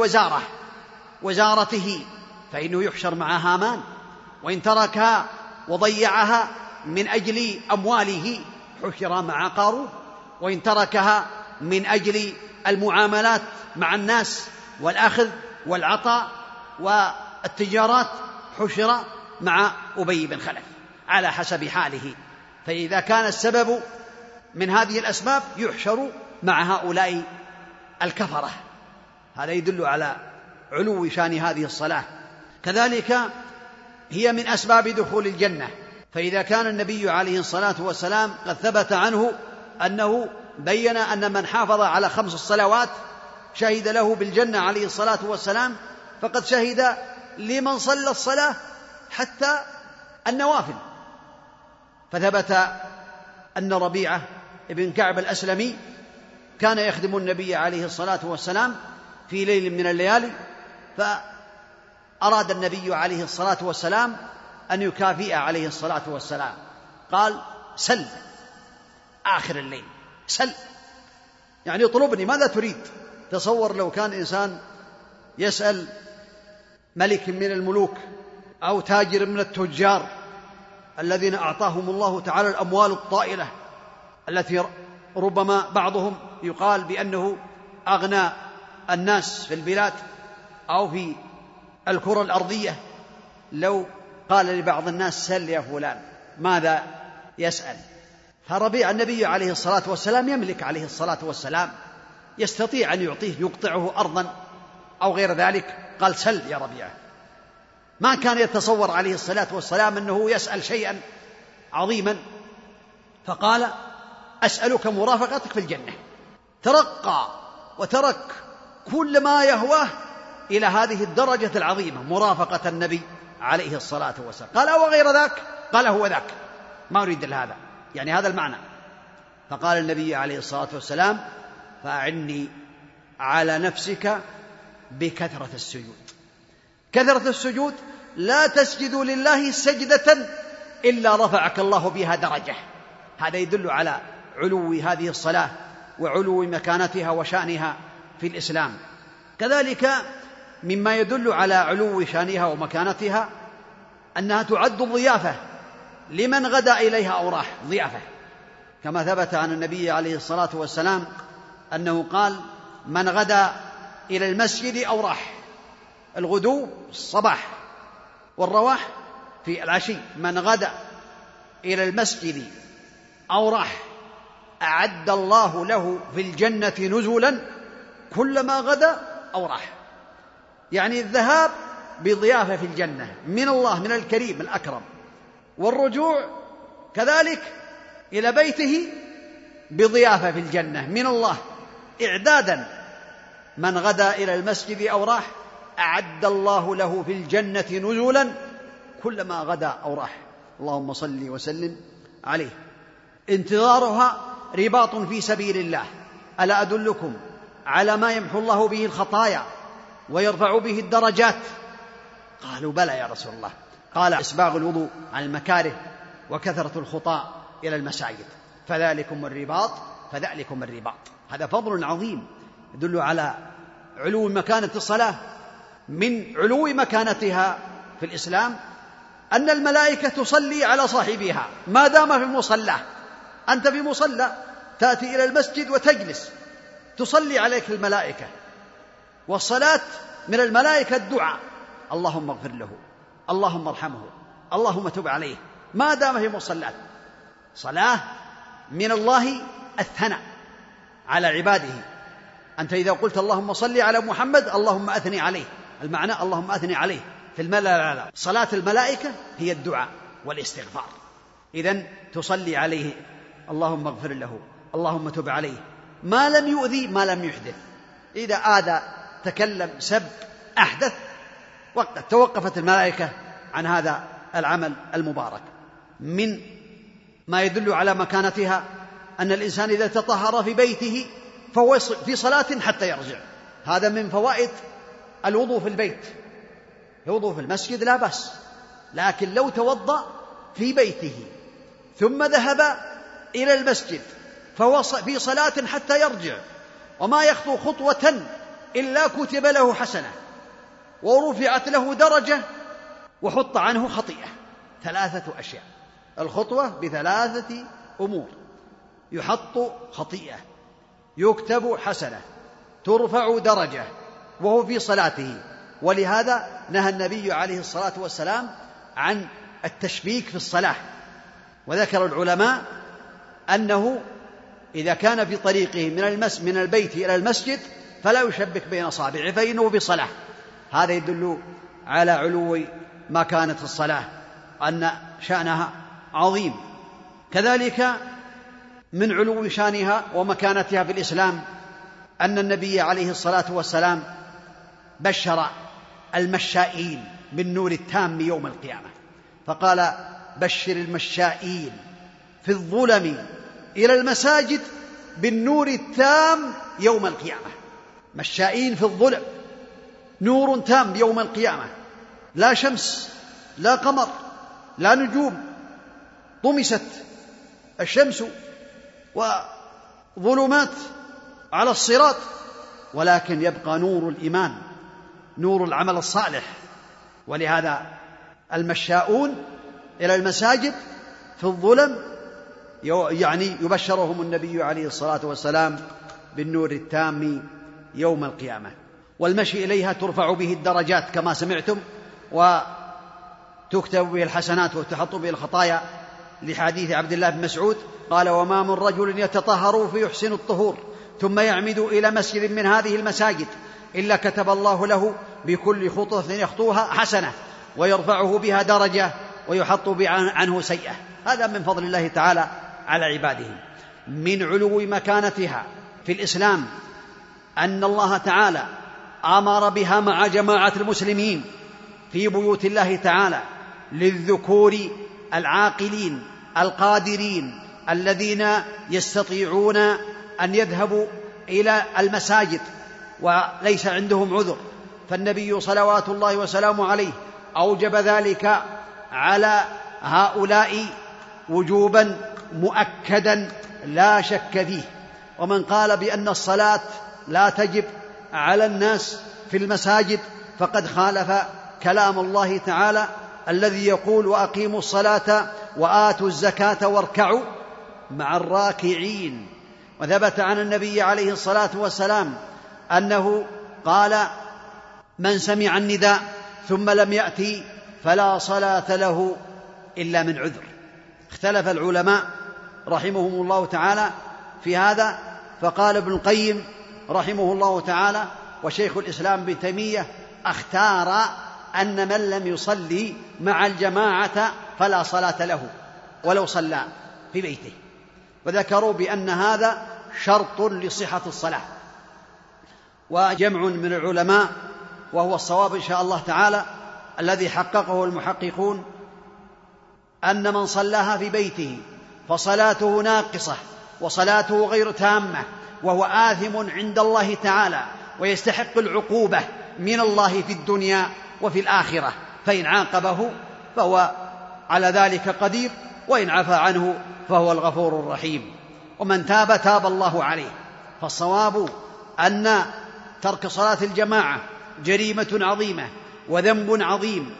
وزارته فإنه يحشر مع هامان، وإن تركها وضيعها من أجل أمواله حشر مع قارون، وإن تركها من أجل المعاملات مع الناس والأخذ والعطاء والتجارات حشر مع أبي بن خلف، على حسب حاله. فإذا كان السبب من هذه الأسباب يحشر مع هؤلاء الكفرة. هذا يدل على علو شان هذه الصلاة. كذلك هي من أسباب دخول الجنة. فإذا كان النبي عليه الصلاة والسلام قد ثبت عنه أنه بين أن من حافظ على 5 الصلوات شهد له بالجنة عليه الصلاة والسلام، فقد شهد لمن صلى الصلاة حتى النوافل. فثبت أن ربيعة ابن كعب الأسلمي كان يخدم النبي عليه الصلاة والسلام في ليل من الليالي، فأراد النبي عليه الصلاة والسلام أن يكافئ عليه الصلاة والسلام، قال: سل آخر الليل، سل، يعني اطلبني، ماذا تريد؟ تصور لو كان إنسان يسأل ملك من الملوك أو تاجر من التجار الذين أعطاهم الله تعالى الأموال الطائلة التي ربما بعضهم يقال بأنه أغنى الناس في البلاد أو في الكرة الأرضية، لو قال لبعض الناس: سل يا فلان، ماذا يسأل؟ فربيع النبي عليه الصلاة والسلام يملك عليه الصلاة والسلام، يستطيع أن يعطيه، يقطعه أرضا أو غير ذلك. قال: سل يا ربيعة. ما كان يتصور عليه الصلاة والسلام أنه يسأل شيئا عظيما، فقال: أسألك مرافقتك في الجنة. ترقى وترك كل ما يهواه إلى هذه الدرجة العظيمة، مرافقة النبي عليه الصلاة والسلام. قال وغير ذاك؟ قال هو ذاك، ما أريد إلا هذا، يعني هذا المعنى. فقال النبي عليه الصلاة والسلام فأعني على نفسك بكثرة السجود. كثرة السجود، لا تسجد لله سجدة إلا رفعك الله بها درجة. هذا يدل على علو هذه الصلاة وعلو مكانتها وشأنها في الإسلام. كذلك مما يدل على علو شأنها ومكانتها أنها تعد ضيافة لمن غدا إليها أو راح، ضيافة، كما ثبت عن النبي عليه الصلاة والسلام أنه قال من غدا إلى المسجد أو راح، الغدو الصباح والرواح في العشي، من غدا إلى المسجد أو راح أعد الله له في الجنة نزلا كلما غدا أو راح. يعني الذهاب بضيافة في الجنة من الله، من الكريم الأكرم، والرجوع كذلك إلى بيته بضيافة في الجنة من الله إعدادا. من غدا إلى المسجد أو راح أعد الله له في الجنة نزلا كلما غدا أو راح. اللهم صل وسلم عليه. انتظارها رباط في سبيل الله. ألا أدلكم على ما يمحو الله به الخطايا ويرفع به الدرجات؟ قالوا بلى يا رسول الله. قال إسباغ الوضوء عن المكاره وكثرة الخطى إلى المساجد، فذلكم الرباط فذلكم الرباط. هذا فضل عظيم يدل على علو مكانة الصلاة. من علو مكانتها في الإسلام أن الملائكة تصلي على صاحبها ما دام في مصلاه. أنت في مصلى تأتي إلى المسجد وتجلس، تصلي عليك الملائكة، والصلاة من الملائكة الدعاء، اللهم اغفر له، اللهم ارحمه، اللهم تب عليه، ما دام في مصلاه. صلاة من الله الثناء على عباده. أنت إذا قلت اللهم صل على محمد اللهم أثني عليه، المعنى اللهم أثني عليه في الملأ الأعلى. صلاة الملائكة هي الدعاء والاستغفار. إذن تصلي عليه، اللهم اغفر له، اللهم تب عليه، ما لم يؤذي ما لم يحدث. إذا آذى، تكلم، سب، أحدث، وقت توقفت الملائكة عن هذا العمل المبارك. من ما يدل على مكانتها أن الإنسان إذا تطهر في بيته فهو في صلاة حتى يرجع. هذا من فوائد الوضوء في البيت. الوضوء في المسجد لا بأس، لكن لو توضأ في بيته ثم ذهب إلى المسجد فهو في صلاة حتى يرجع، وما يخطو خطوة إلا كتب له حسنة ورفعت له درجة وحط عنه خطيئة. 3 أشياء: الخطوة ب3 أمور: يحط خطيئة، يكتب حسنة، ترفع درجة، وهو في صلاته. ولهذا نهى النبي عليه الصلاة والسلام عن التشبيك في الصلاة. وذكر العلماء أنه إذا كان في طريقه من البيت إلى المسجد فلا يشبك بين أصابعه فإنه في صلاة. هذا يدل على علو مكانة الصلاة، أن شأنها عظيم. كذلك من علو شأنها ومكانتها في الإسلام أن النبي عليه الصلاة والسلام بشر المشائين بالنور التام يوم القيامة، فقال: بشر المشائين في الظلم إلى المساجد بالنور التام يوم القيامة. مشائين في الظلم، نور تام يوم القيامة، لا شمس لا قمر لا نجوم، طمست الشمس وظلمات على الصراط، ولكن يبقى نور الإيمان، نور العمل الصالح. ولهذا المشاؤون إلى المساجد في الظلم يعني يبشرهم النبي عليه الصلاة والسلام بالنور التام يوم القيامة. والمشي إليها ترفع به الدرجات كما سمعتم، وتكتب به الحسنات وتحط به الخطايا، لحديث عبد الله بن مسعود قال: وما من رجل يتطهر فيحسن الطهور ثم يعمد إلى مسجد من هذه المساجد إلا كتب الله له بكل خطوة يخطوها حسنة ويرفعه بها درجة ويحط عنه سيئة. هذا من فضل الله تعالى على عباده. من علو مكانتها في الإسلام أن الله تعالى أمر بها مع جماعة المسلمين في بيوت الله تعالى للذكور العاقلين القادرين الذين يستطيعون أن يذهبوا إلى المساجد وليس عندهم عذر، فالنبي صلوات الله وسلامه عليه أوجب ذلك على هؤلاء وجوبا مؤكدا لا شك فيه. ومن قال بأن الصلاة لا تجب على الناس في المساجد فقد خالف كلام الله تعالى الذي يقول وأقيموا الصلاة وآتوا الزكاة واركعوا مع الراكعين. وثبت عن النبي عليه الصلاة والسلام أنه قال من سمع النداء ثم لم يأتي فلا صلاة له إلا من عذر. اختلف العلماء رحمهم الله تعالى في هذا، فقال ابن القيم رحمه الله تعالى وشيخ الإسلام ابن تيمية اختار أن من لم يصلي مع الجماعة فلا صلاة له ولو صلى في بيته، وذكروا بأن هذا شرط لصحة الصلاة. وجمع من العلماء وهو الصواب إن شاء الله تعالى الذي حققه المحققون أن من صلاها في بيته فصلاته ناقصة وصلاته غير تامة وهو آثم عند الله تعالى ويستحق العقوبة من الله في الدنيا وفي الآخرة، فإن عاقبه فهو على ذلك قدير وإن عفى عنه فهو الغفور الرحيم. ومن تاب تاب الله عليه. فالصواب أن ترك صلاة الجماعة جريمة عظيمة وذنب عظيم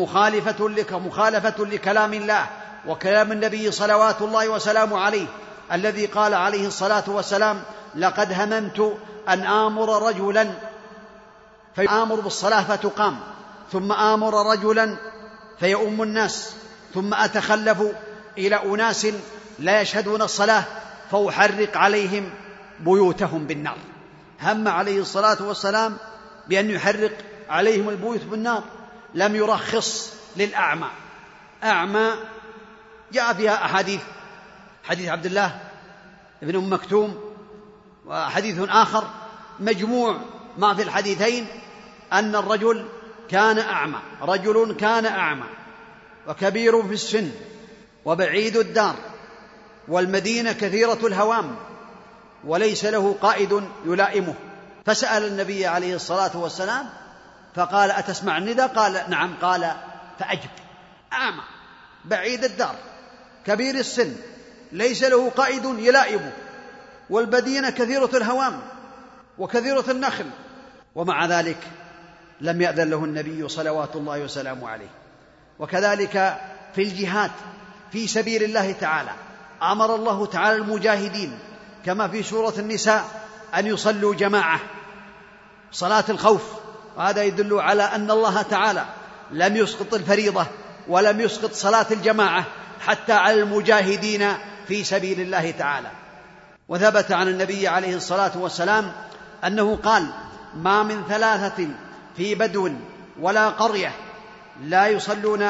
ومخالفة لكلام الله وكلام النبي صلوات الله وسلامه عليه الذي قال عليه الصلاة والسلام لقد هممت أن آمر رجلا فيآمر بالصلاة فتقام ثم آمر رجلا فيؤم الناس ثم أتخلف إلى أناس لا يشهدون الصلاة فأحرق عليهم بيوتهم بالنار. هم عليه الصلاة والسلام بأن يحرق عليهم البيوت بالنار، لم يرخص للأعمى. أعمى جاء فيها أحاديث، حديث عبد الله بن أم مكتوم وحديث آخر، مجموع ما في الحديثين أن الرجل كان أعمى، رجل كان أعمى وكبير في السن وبعيد الدار والمدينة كثيرة الهوام وليس له قائد يلائمه، فسأل النبي عليه الصلاة والسلام فقال أتسمع النداء؟ قال نعم. قال فأجب. أعمى بعيد الدار كبير السن ليس له قائد يلائمه والمدينة كثيرة الهوام وكثيرة النخل، ومع ذلك لم يأذن له النبي صلوات الله وسلامه عليه. وكذلك في الجهاد في سبيل الله تعالى أمر الله تعالى المجاهدين كما في سورة النساء أن يصلوا جماعة صلاة الخوف، وهذا يدل على أن الله تعالى لم يسقط الفريضة ولم يسقط صلاة الجماعة حتى على المجاهدين في سبيل الله تعالى. وثبت عن النبي عليه الصلاة والسلام أنه قال ما من ثلاثة في بدو ولا قرية لا يصلون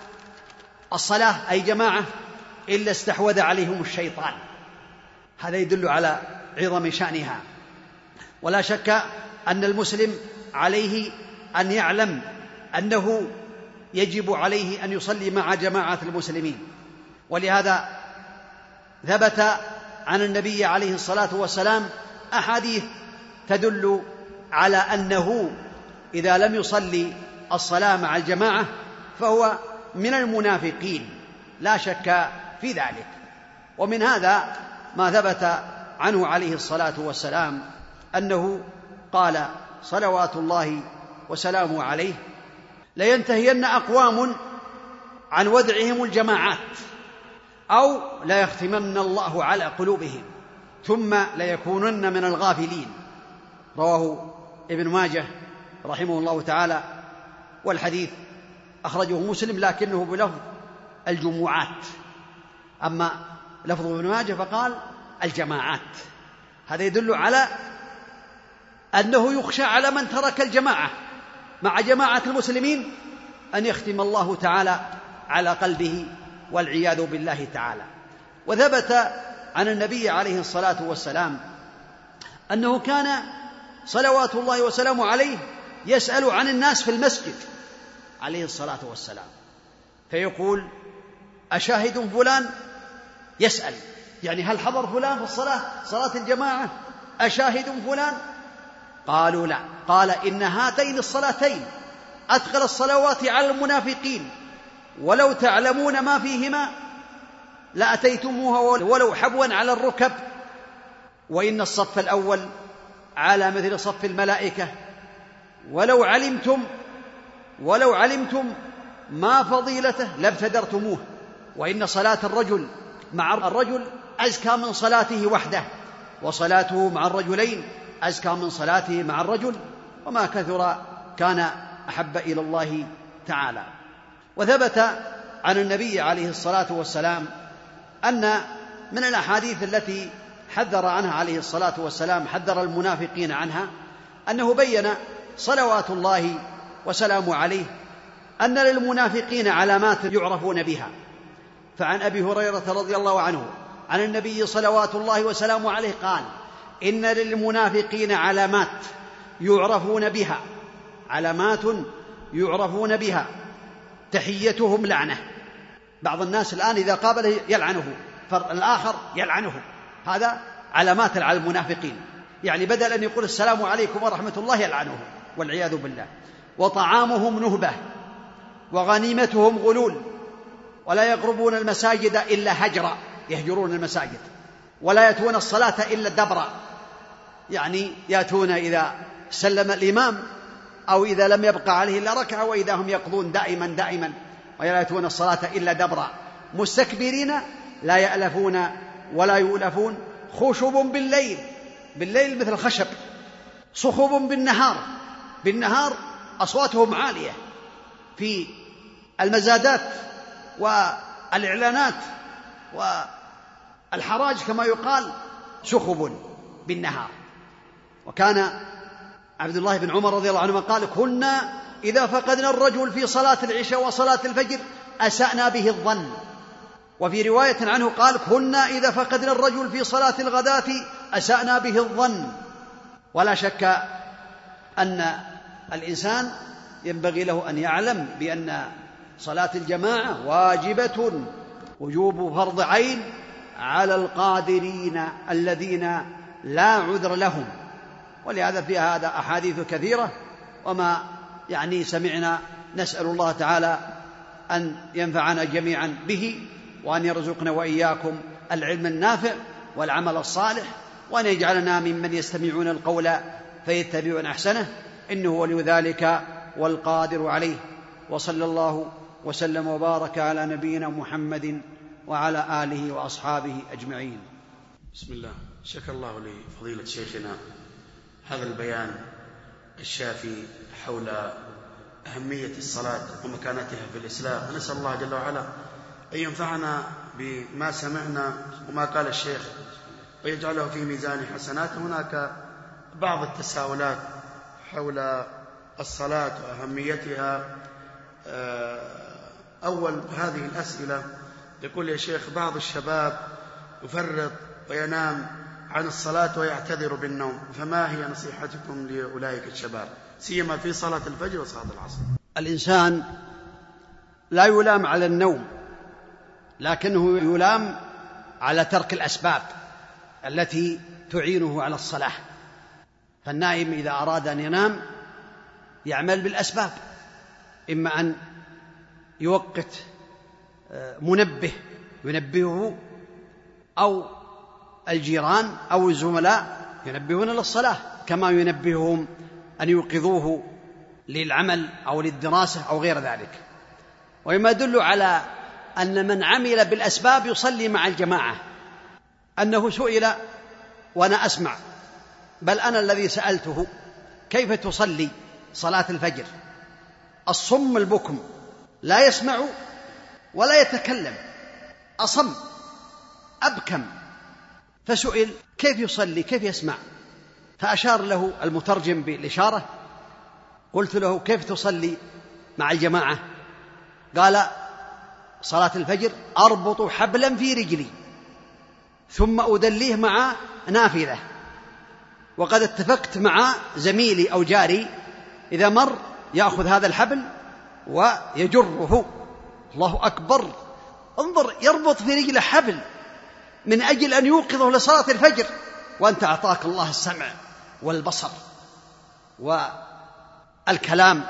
الصلاة أي جماعة إلا استحوذ عليهم الشيطان. هذا يدل على عظم شأنها. ولا شك أن المسلم عليه أن يعلم أنه يجب عليه أن يصلي مع جماعة المسلمين، ولهذا ثبت عن النبي عليه الصلاة والسلام أحاديث تدل على أنه إذا لم يصلي الصلاة مع الجماعة فهو من المنافقين لا شك في ذلك. ومن هذا ما ثبت عنه عليه الصلاة والسلام أنه قال صلوات الله وسلامه عليه لينتهين أقوام عن ودعهم الجماعات أو لا يختمن الله على قلوبهم ثم ليكونن من الغافلين. رواه ابن ماجه رحمه الله تعالى، والحديث أخرجه مسلم لكنه بلفظ الجمعات، أما لفظ ابن ماجه فقال الجماعات. هذا يدل على أنه يخشى على من ترك الجماعة مع جماعة المسلمين أن يختم الله تعالى على قلبه والعياذ بالله تعالى. وثبت عن النبي عليه الصلاة والسلام أنه كان صلوات الله وسلامه عليه يسأل عن الناس في المسجد عليه الصلاة والسلام، فيقول: أشاهد فلان؟ يسأل يعني هل حضر فلان في الصلاة، صلاة الجماعة؟ أشاهد فلان؟ قالوا لا. قال: إن هاتين الصلاتين أثقل الصلوات على المنافقين، ولو تعلمون ما فيهما لأتيتموها ولو حبوا على الركب، وإن الصف الأول على مثل صف الملائكة، ولو علمتم ما فضيلته لابتدرتموه، وإن صلاة الرجل مع الرجل أزكى من صلاته وحده، وصلاته مع الرجلين أزكى من صلاته مع الرجل، وما كثر كان أحب إلى الله تعالى. وثبت عن النبي عليه الصلاة والسلام أن من الأحاديث التي حذر عنها عليه الصلاة والسلام، حذر المنافقين عنها، أنه بين صلوات الله وسلامه عليه أن للمنافقين علامات يعرفون بها. فعن أبي هريرة رضي الله عنه عن النبي صلوات الله وسلامه عليه قال: إن للمنافقين علامات يعرفون بها تحيتهم لعنة. بعض الناس الآن إذا قابله يلعنه، فالآخر يلعنه، هذا علامات على المنافقين، يعني بدل أن يقول السلام عليكم ورحمة الله يلعنه والعياذ بالله. وطعامهم نهبة، وغنيمتهم غلول، ولا يقربون المساجد إلا هجرا، يهجرون المساجد، ولا يأتون الصلاة إلا دبرا، يعني يأتون إذا سلم الإمام أو إذا لم يبقى عليه إلا ركعة، وإذا هم يقضون دائما، ولا يأتون الصلاة إلا دبرا، مستكبرين لا يألفون ولا يؤلفون، خشب بالليل مثل الخشب، صخب بالنهار أصواتهم عالية في المزادات والإعلانات والحراج كما يقال، سخب بالنهار. وكان عبد الله بن عمر رضي الله عنه قال: كنا إذا فقدنا الرجل في صلاة العشاء وصلاة الفجر أسأنا به الظن. وفي رواية عنه قال: كنا إذا فقدنا الرجل في صلاة الغداة أسأنا به الظن. ولا شك أن الإنسان ينبغي له أن يعلم بأن صلاة الجماعة واجبة، وجوب فرض عين على القادرين الذين لا عذر لهم، ولهذا في هذا أحاديث كثيرة. وما سمعنا، نسأل الله تعالى أن ينفعنا جميعا به، وأن يرزقنا وإياكم العلم النافع والعمل الصالح، وأن يجعلنا ممن يستمعون القول فيتبعون أحسنه، إنه ولي ذلك والقادر عليه. وصلى الله وسلم وبارك على نبينا محمد وعلى آله وأصحابه أجمعين. بسم الله. شكر الله لفضيلة شيخنا هذا البيان الشافي حول أهمية الصلاة ومكانتها في الإسلام، ونسأل الله جل وعلا أن ينفعنا بما سمعنا وما قال الشيخ ويجعله في ميزان حسنات. هناك بعض التساؤلات حول الصلاة وأهميتها. أول هذه الأسئلة يقول: يا شيخ، بعض الشباب يفرط وينام عن الصلاة ويعتذر بالنوم، فما هي نصيحتكم لأولئك الشباب سيما في صلاة الفجر وصلاة العصر؟ الإنسان لا يلام على النوم، لكنه يلام على ترك الأسباب التي تعينه على الصلاة. فالنائم إذا أراد أن ينام يعمل بالأسباب، إما أن يوقت منبه ينبهه، أو الجيران أو الزملاء ينبهون للصلاة، كما ينبههم أن يوقظوه للعمل أو للدراسة أو غير ذلك. وما يدل على أن من عمل بالأسباب يصلي مع الجماعة أنه سئل وأنا أسمع، بل أنا الذي سألته: كيف تصلي صلاة الفجر؟ الصم البكم لا يسمع ولا يتكلم، أصم أبكم، فسئل كيف يصلي كيف يسمع؟ فأشار له المترجم بالإشارة. قلت له: كيف تصلي مع الجماعة؟ قال: صلاة الفجر أربط حبلا في رجلي ثم أدليه مع نافذة، وقد اتفقت مع زميلي أو جاري إذا مر يأخذ هذا الحبل ويجره. الله أكبر، انظر، يربط في رجله حبل من أجل أن يوقظه لصلاة الفجر، وأنت أعطاك الله السمع والبصر والكلام،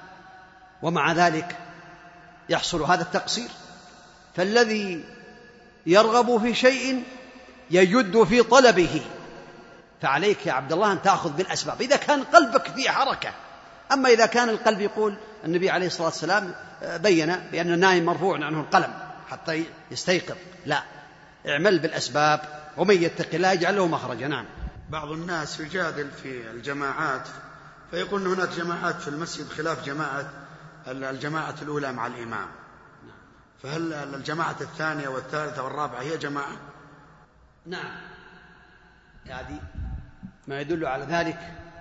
ومع ذلك يحصل هذا التقصير. فالذي يرغب في شيء يجد في طلبه، فعليك يا عبد الله أن تأخذ بالأسباب إذا كان قلبك فيه حركة. أما إذا كان القلب يقول، النبي عليه الصلاة والسلام بين بأن النائم مرفوع عنه القلم حتى يستيقظ، لا، اعمل بالأسباب، ومن يتق الله يجعل له مخرجا. نعم. بعض الناس يجادل في الجماعات فيقول هناك جماعات في المسجد خلاف الجماعة الأولى مع الإمام، فهل الجماعة الثانية والثالثة والرابعة هي جماعة؟ نعم، هذه ما يدل على ذلك.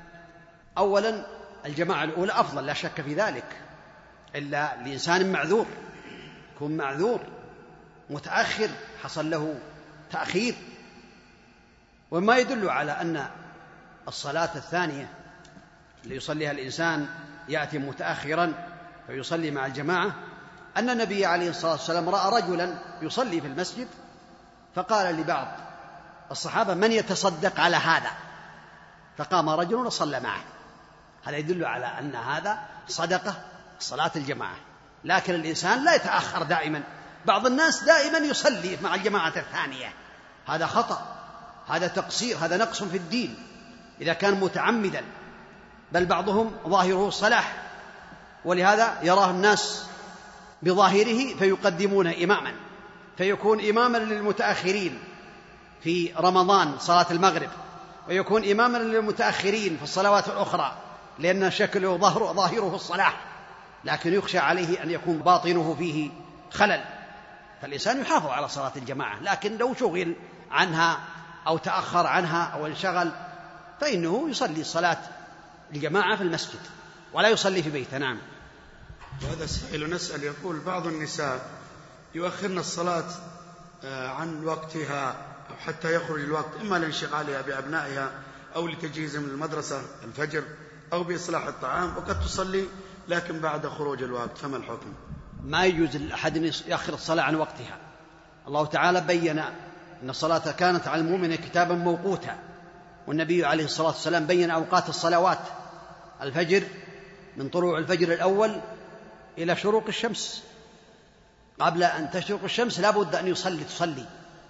أولا الجماعة الأولى أفضل لا شك في ذلك، إلا لإنسان معذور، يكون معذور متأخر حصل له تأخير. وما يدل على أن الصلاة الثانية اللي يصليها الإنسان يأتي متأخرا فيصلي مع الجماعة، أن النبي عليه الصلاة والسلام رأى رجلا يصلي في المسجد فقال لبعض الصحابة: من يتصدق على هذا؟ فقام رجل وصلى معه. هذا يدل على أن هذا صدقة، صلاة الجماعة. لكن الإنسان لا يتأخر دائما، بعض الناس دائما يصلي مع الجماعة الثانية، هذا خطأ، هذا تقصير، هذا نقص في الدين إذا كان متعمدا، بل بعضهم ظاهره الصلاح، ولهذا يراه الناس بظاهره فيقدمون إماما، فيكون إماما للمتأخرين في رمضان صلاة المغرب، ويكون إماما للمتأخرين في الصلوات الأخرى، لأن شكله ظاهره الصلاح، لكن يخشى عليه أن يكون باطنه فيه خلل. فالإنسان يحافظ على صلاة الجماعة، لكن لو شغل عنها أو تأخر عنها أو انشغل فإنه يصلي صلاة الجماعة في المسجد ولا يصلي في بيته. نعم. وهذا سائل نسأل يقول: بعض النساء يؤخرن الصلاة عن وقتها أو حتى يخرج الوقت، إما لانشغالها بأبنائها أو لتجهيزهم للمدرسة الفجر أو بإصلاح الطعام، وقد تصلي لكن بعد خروج الوقت، فما الحكم؟ ما يجوز لأحد أن يأخر الصلاة عن وقتها. الله تعالى بين أن الصلاة كانت على المؤمن كتابا موقوتا، والنبي عليه الصلاة والسلام بين أوقات الصلوات: الفجر من طلوع الفجر الأول إلى شروق الشمس، قبل أن تشرق الشمس لا بد أن تصلي،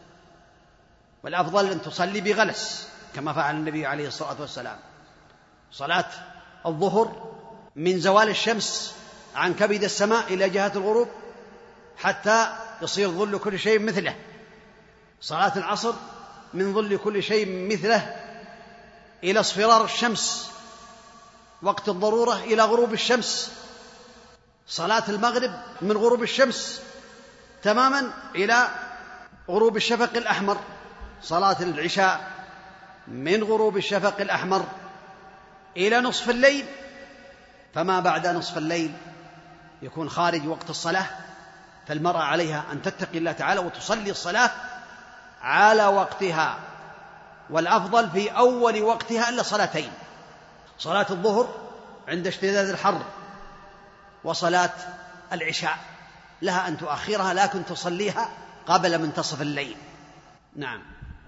والأفضل أن تصلي بغلس كما فعل النبي عليه الصلاة والسلام. صلاة الظهر من زوال الشمس عن كبد السماء إلى جهة الغروب حتى يصير ظل كل شيء مثله. صلاة العصر من ظل كل شيء مثله إلى اصفرار الشمس وقت الضرورة إلى غروب الشمس. صلاة المغرب من غروب الشمس تماما إلى غروب الشفق الأحمر. صلاة العشاء من غروب الشفق الأحمر إلى نصف الليل، فما بعد نصف الليل يكون خارج وقت الصلاة، فالمرأة عليها أن تتقي الله تعالى وتصلي الصلاة على وقتها، والأفضل في أول وقتها إلا صلاتين: صلاة الظهر عند اشتداد الحر، وصلاة العشاء لها أن تؤخرها لكن تصليها قبل منتصف الليل. نعم.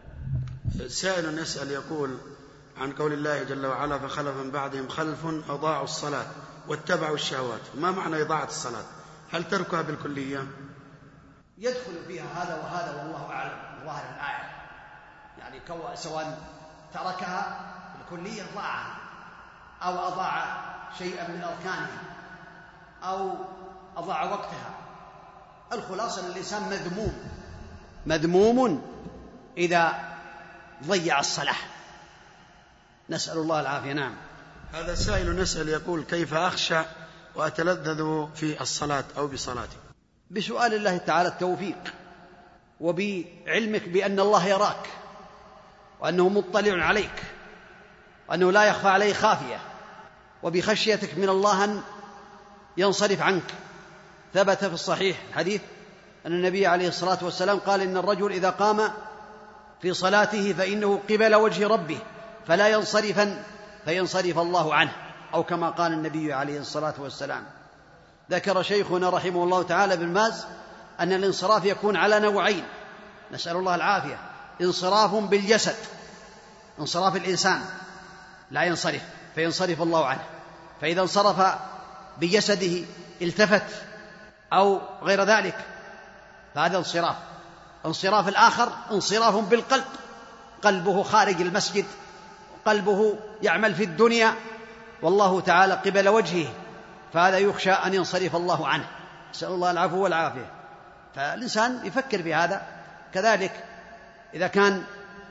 سائل يسأل يقول عن قول الله جل وعلا: فخلف من بعدهم خلف أضاعوا الصلاة واتبعوا الشهوات، ما معنى إضاعة الصلاة؟ هل تركها بالكلية؟ يدخل فيها هذا وهذا والله أعلم ظاهر الآية، يعني سواء تركها بالكلية ضاعها أو أضاع شيئا من أركانها أو أضاع وقتها. الخلاصة أن الإنسان مذموم إذا ضيع الصلاة، نسأل الله العافية. نعم. هذا سائل نسأل يقول: كيف أخشع وأتلذذ في الصلاة أو بصلاتي؟ بسؤال الله تعالى التوفيق، وبعلمك بأن الله يراك وأنه مطلع عليك وأنه لا يخفى عليه خافية، وبخشيتك من الله أن ينصرف عنك. ثبت في الصحيح الحديث أن النبي عليه الصلاة والسلام قال: إن الرجل إذا قام في صلاته فإنه قبل وجه ربه فلا فينصرف الله عنه، أو كما قال النبي عليه الصلاة والسلام. ذكر شيخنا رحمه الله تعالى ابن باز أن الانصراف يكون على نوعين، نسأل الله العافية: انصراف بالجسد، انصراف الإنسان لا ينصرف فينصرف الله عنه، فإذا انصرف بجسده التفت أو غير ذلك فهذا انصراف. انصراف الآخر انصراف بالقلب، قلبه خارج المسجد، قلبه يعمل في الدنيا والله تعالى قبل وجهه، فهذا يخشى أن ينصرف الله عنه، نسأل الله العفو والعافية. فالإنسان يفكر في هذا. كذلك إذا كان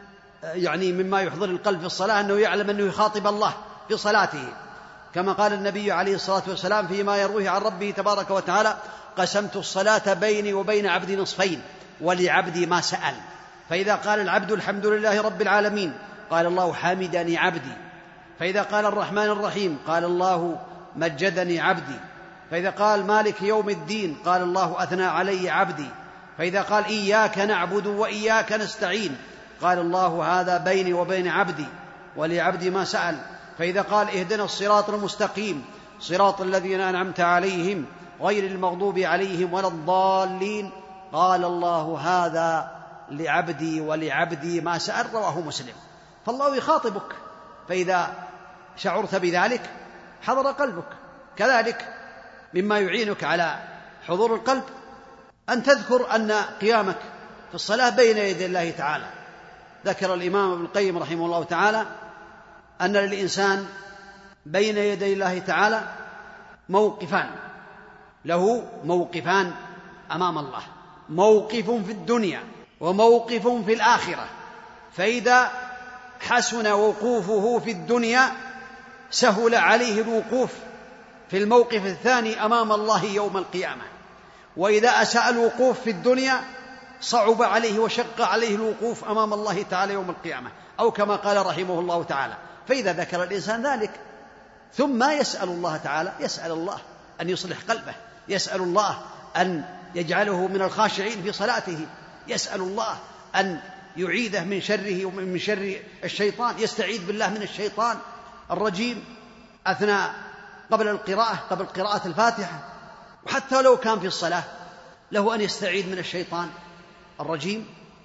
مما يحضر القلب في الصلاة أنه يعلم أنه يخاطب الله في صلاته، كما قال النبي عليه الصلاة والسلام فيما يرويه عن ربه تبارك وتعالى: قسمت الصلاة بيني وبين عبدي نصفين ولعبدي ما سأل. فإذا قال العبد الحمد لله رب العالمين قال الله حمدني عبدي، فإذا قال الرحمن الرحيم قال الله مجدني عبدي، فإذا قال مالك يوم الدين قال الله أثنى علي عبدي، فإذا قال إياك نعبد وإياك نستعين قال الله هذا بيني وبين عبدي ولعبدي ما سأل، فإذا قال اهدنا الصراط المستقيم صراط الذين أنعمت عليهم غير المغضوب عليهم ولا الضالين قال الله هذا لعبدي ولعبدي ما سأل، رواه مسلم. فالله يخاطبك، فإذا شعرت بذلك حضر قلبك. كذلك مما يعينك على حضور القلب أن تذكر أن قيامك في الصلاة بين يدي الله تعالى. ذكر الإمام ابن القيم رحمه الله تعالى أن للإنسان بين يدي الله تعالى موقفان، له موقفان أمام الله: موقف في الدنيا وموقف في الآخرة. فإذا حسن وقوفه في الدنيا سهل عليه الوقوف في الموقف الثاني أمام الله يوم القيامة، وإذا أساء الوقوف في الدنيا صعب عليه وشق عليه الوقوف أمام الله تعالى يوم القيامة، أو كما قال رحمه الله تعالى. فإذا ذكر الإنسان ذلك ثم يسأل الله تعالى، يسأل الله أن يصلح قلبه، يسأل الله أن يجعله من الخاشعين في صلاته، يسأل الله أن يعيده من شره ومن شر الشيطان، يستعيذ بالله من الشيطان الرجيم أثناء قبل قراءة الفاتحة. وحتى لو كان في الصلاة له أن يستعيذ من الشيطان الرجيم،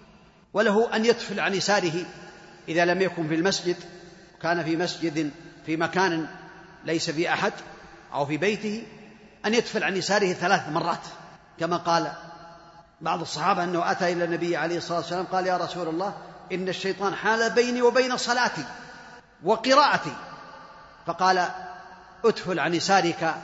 وله أن يتفل عن يساره إذا لم يكن في المسجد، كان في مسجد في مكان ليس في أحد أو في بيته، أن يتفل عن يساره 3 مرات، كما قال بعض الصحابة أنه أتى إلى النبي عليه الصلاة والسلام قال: يا رسول الله إن الشيطان حال بيني وبين صلاتي وقراءتي، فقال: اتفل عن يسارك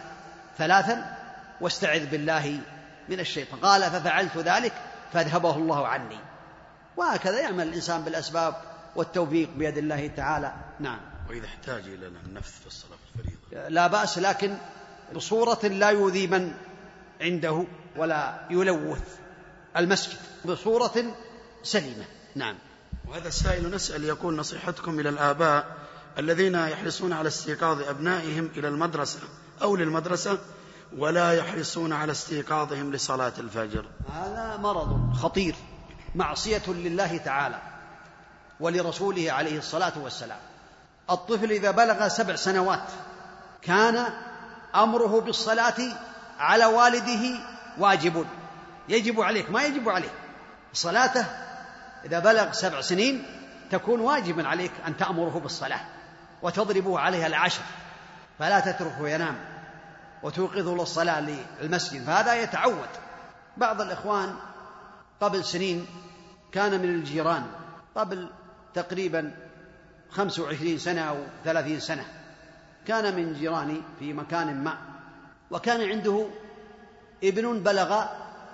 3 واستعذ بالله من الشيطان. قال: ففعلت ذلك فاذهبه الله عني. وهكذا يعمل الإنسان بالأسباب، والتوفيق بيد الله تعالى. نعم. وإذا احتاج إلى النفث في الصلاة الفريضة لا بأس، لكن بصورة لا يؤذي من عنده ولا يلوث المسجد، بصورة سليمة. نعم. وهذا السائل نسأل يقول: نصيحتكم إلى الآباء الذين يحرصون على استيقاظ أبنائهم إلى المدرسة أو للمدرسة ولا يحرصون على استيقاظهم لصلاة الفجر. هذا مرض خطير، معصية لله تعالى ولرسوله عليه الصلاة والسلام. الطفل إذا بلغ 7 سنوات كان أمره بالصلاة على والده واجب، يجب عليك، ما يجب عليه. صلاته إذا بلغ 7 سنين تكون واجبا عليك أن تأمره بالصلاة وتضربه عليها 10، فلا تتركه ينام وتوقظه للصلاة للمسجد، فهذا يتعود. بعض الإخوان قبل سنين كان من الجيران، قبل تقريبا 25 سنة أو 30 سنة، كان من جيراني في مكان ما، وكان عنده ابن بلغ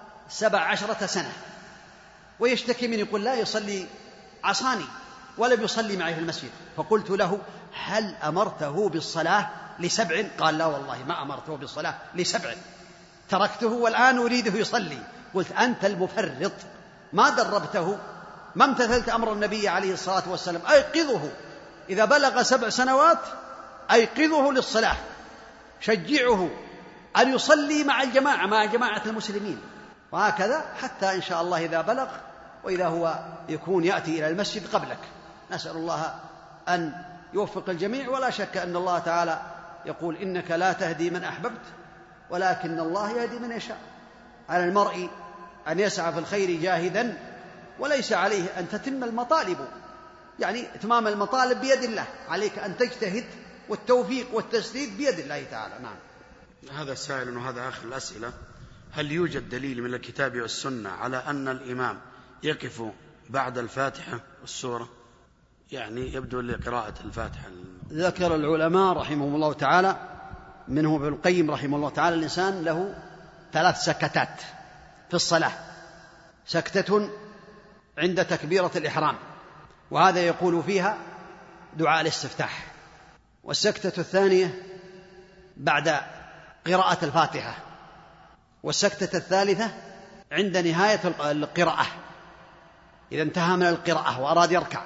17 سنة ويشتكي من، يقول: لا يصلي، عصاني ولم يصلي معي في المسجد. فقلت له: هل أمرته بالصلاة ل7؟ قال: لا والله ما أمرته بالصلاة ل7، تركته والآن أريده يصلي. قلت: أنت المفرط، ما دربته، ما امتثلت أمر النبي عليه الصلاة والسلام. أيقظه إذا بلغ 7 سنوات، أيقظه للصلاة، شجعه أن يصلي مع الجماعة، مع جماعة المسلمين، وهكذا حتى إن شاء الله إذا بلغ وإذا هو يكون يأتي إلى المسجد قبلك. نسأل الله أن يوفق الجميع. ولا شك أن الله تعالى يقول إنك لا تهدي من أحببت ولكن الله يهدي من يشاء. على المرء أن يسعى في الخير جاهدا وليس عليه أن تتم المطالب، يعني إتمام المطالب بيد الله، عليك أن تجتهد والتوفيق والتسديد بيد الله تعالى. نعم. هذا سائل وهذا آخر الأسئلة: هل يوجد دليل من الكتاب والسنة على أن الإمام يقف بعد الفاتحة والسورة؟ يعني يبدو لقراءة الفاتحة. ذكر العلماء رحمهم الله تعالى، منهم ابن القيم رحمه الله تعالى: الإنسان له 3 سكتات في الصلاة: سكتة عند تكبيرة الإحرام، وهذا يقول فيها دعاء الاستفتاح، والسكتة الثانية بعد قراءة الفاتحة، والسكتة الثالثة عند نهاية القراءة إذا انتهى من القراءة وأراد يركع.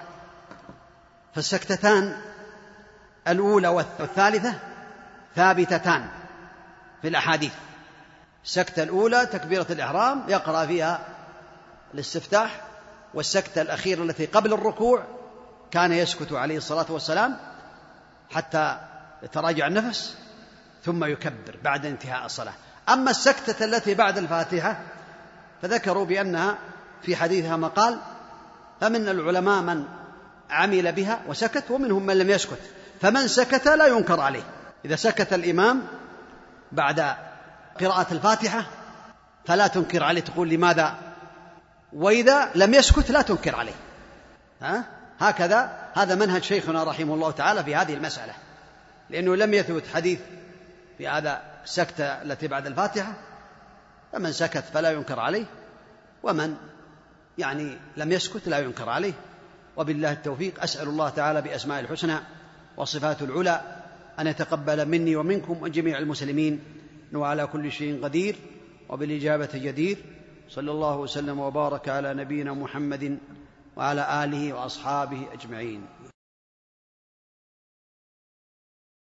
فالسكتتان الأولى والثالثة ثابتتان في الأحاديث. السكتة الأولى تكبيرة الإحرام يقرأ فيها الاستفتاح، والسكتة الأخيرة التي قبل الركوع كان يسكت عليه الصلاة والسلام حتى يتراجع النفس ثم يكبر بعد انتهاء الصلاة. أما السكتة التي بعد الفاتحة فذكروا بأنها في حديثها مقال، فمن العلماء من عمل بها وسكت ومنهم من لم يسكت، فمن سكت لا ينكر عليه. إذا سكت الإمام بعد قراءة الفاتحة فلا تنكر عليه، تقول لماذا، وإذا لم يسكت لا تنكر عليه. هكذا هذا منهج شيخنا رحمه الله تعالى في هذه المسألة، لأنه لم يثبت حديث في هذا السكتة التي بعد الفاتحة، فمن سكت فلا ينكر عليه، ومن يعني لم يسكت لا ينكر عليه. وبالله التوفيق. أسأل الله تعالى بأسماء الحسنى وصفات العلى أن يتقبل مني ومنكم وجميع المسلمين، إنه على كل شيء قدير وبالإجابة جدير. صلى الله وسلم وبارك على نبينا محمد وعلى آله وأصحابه أجمعين.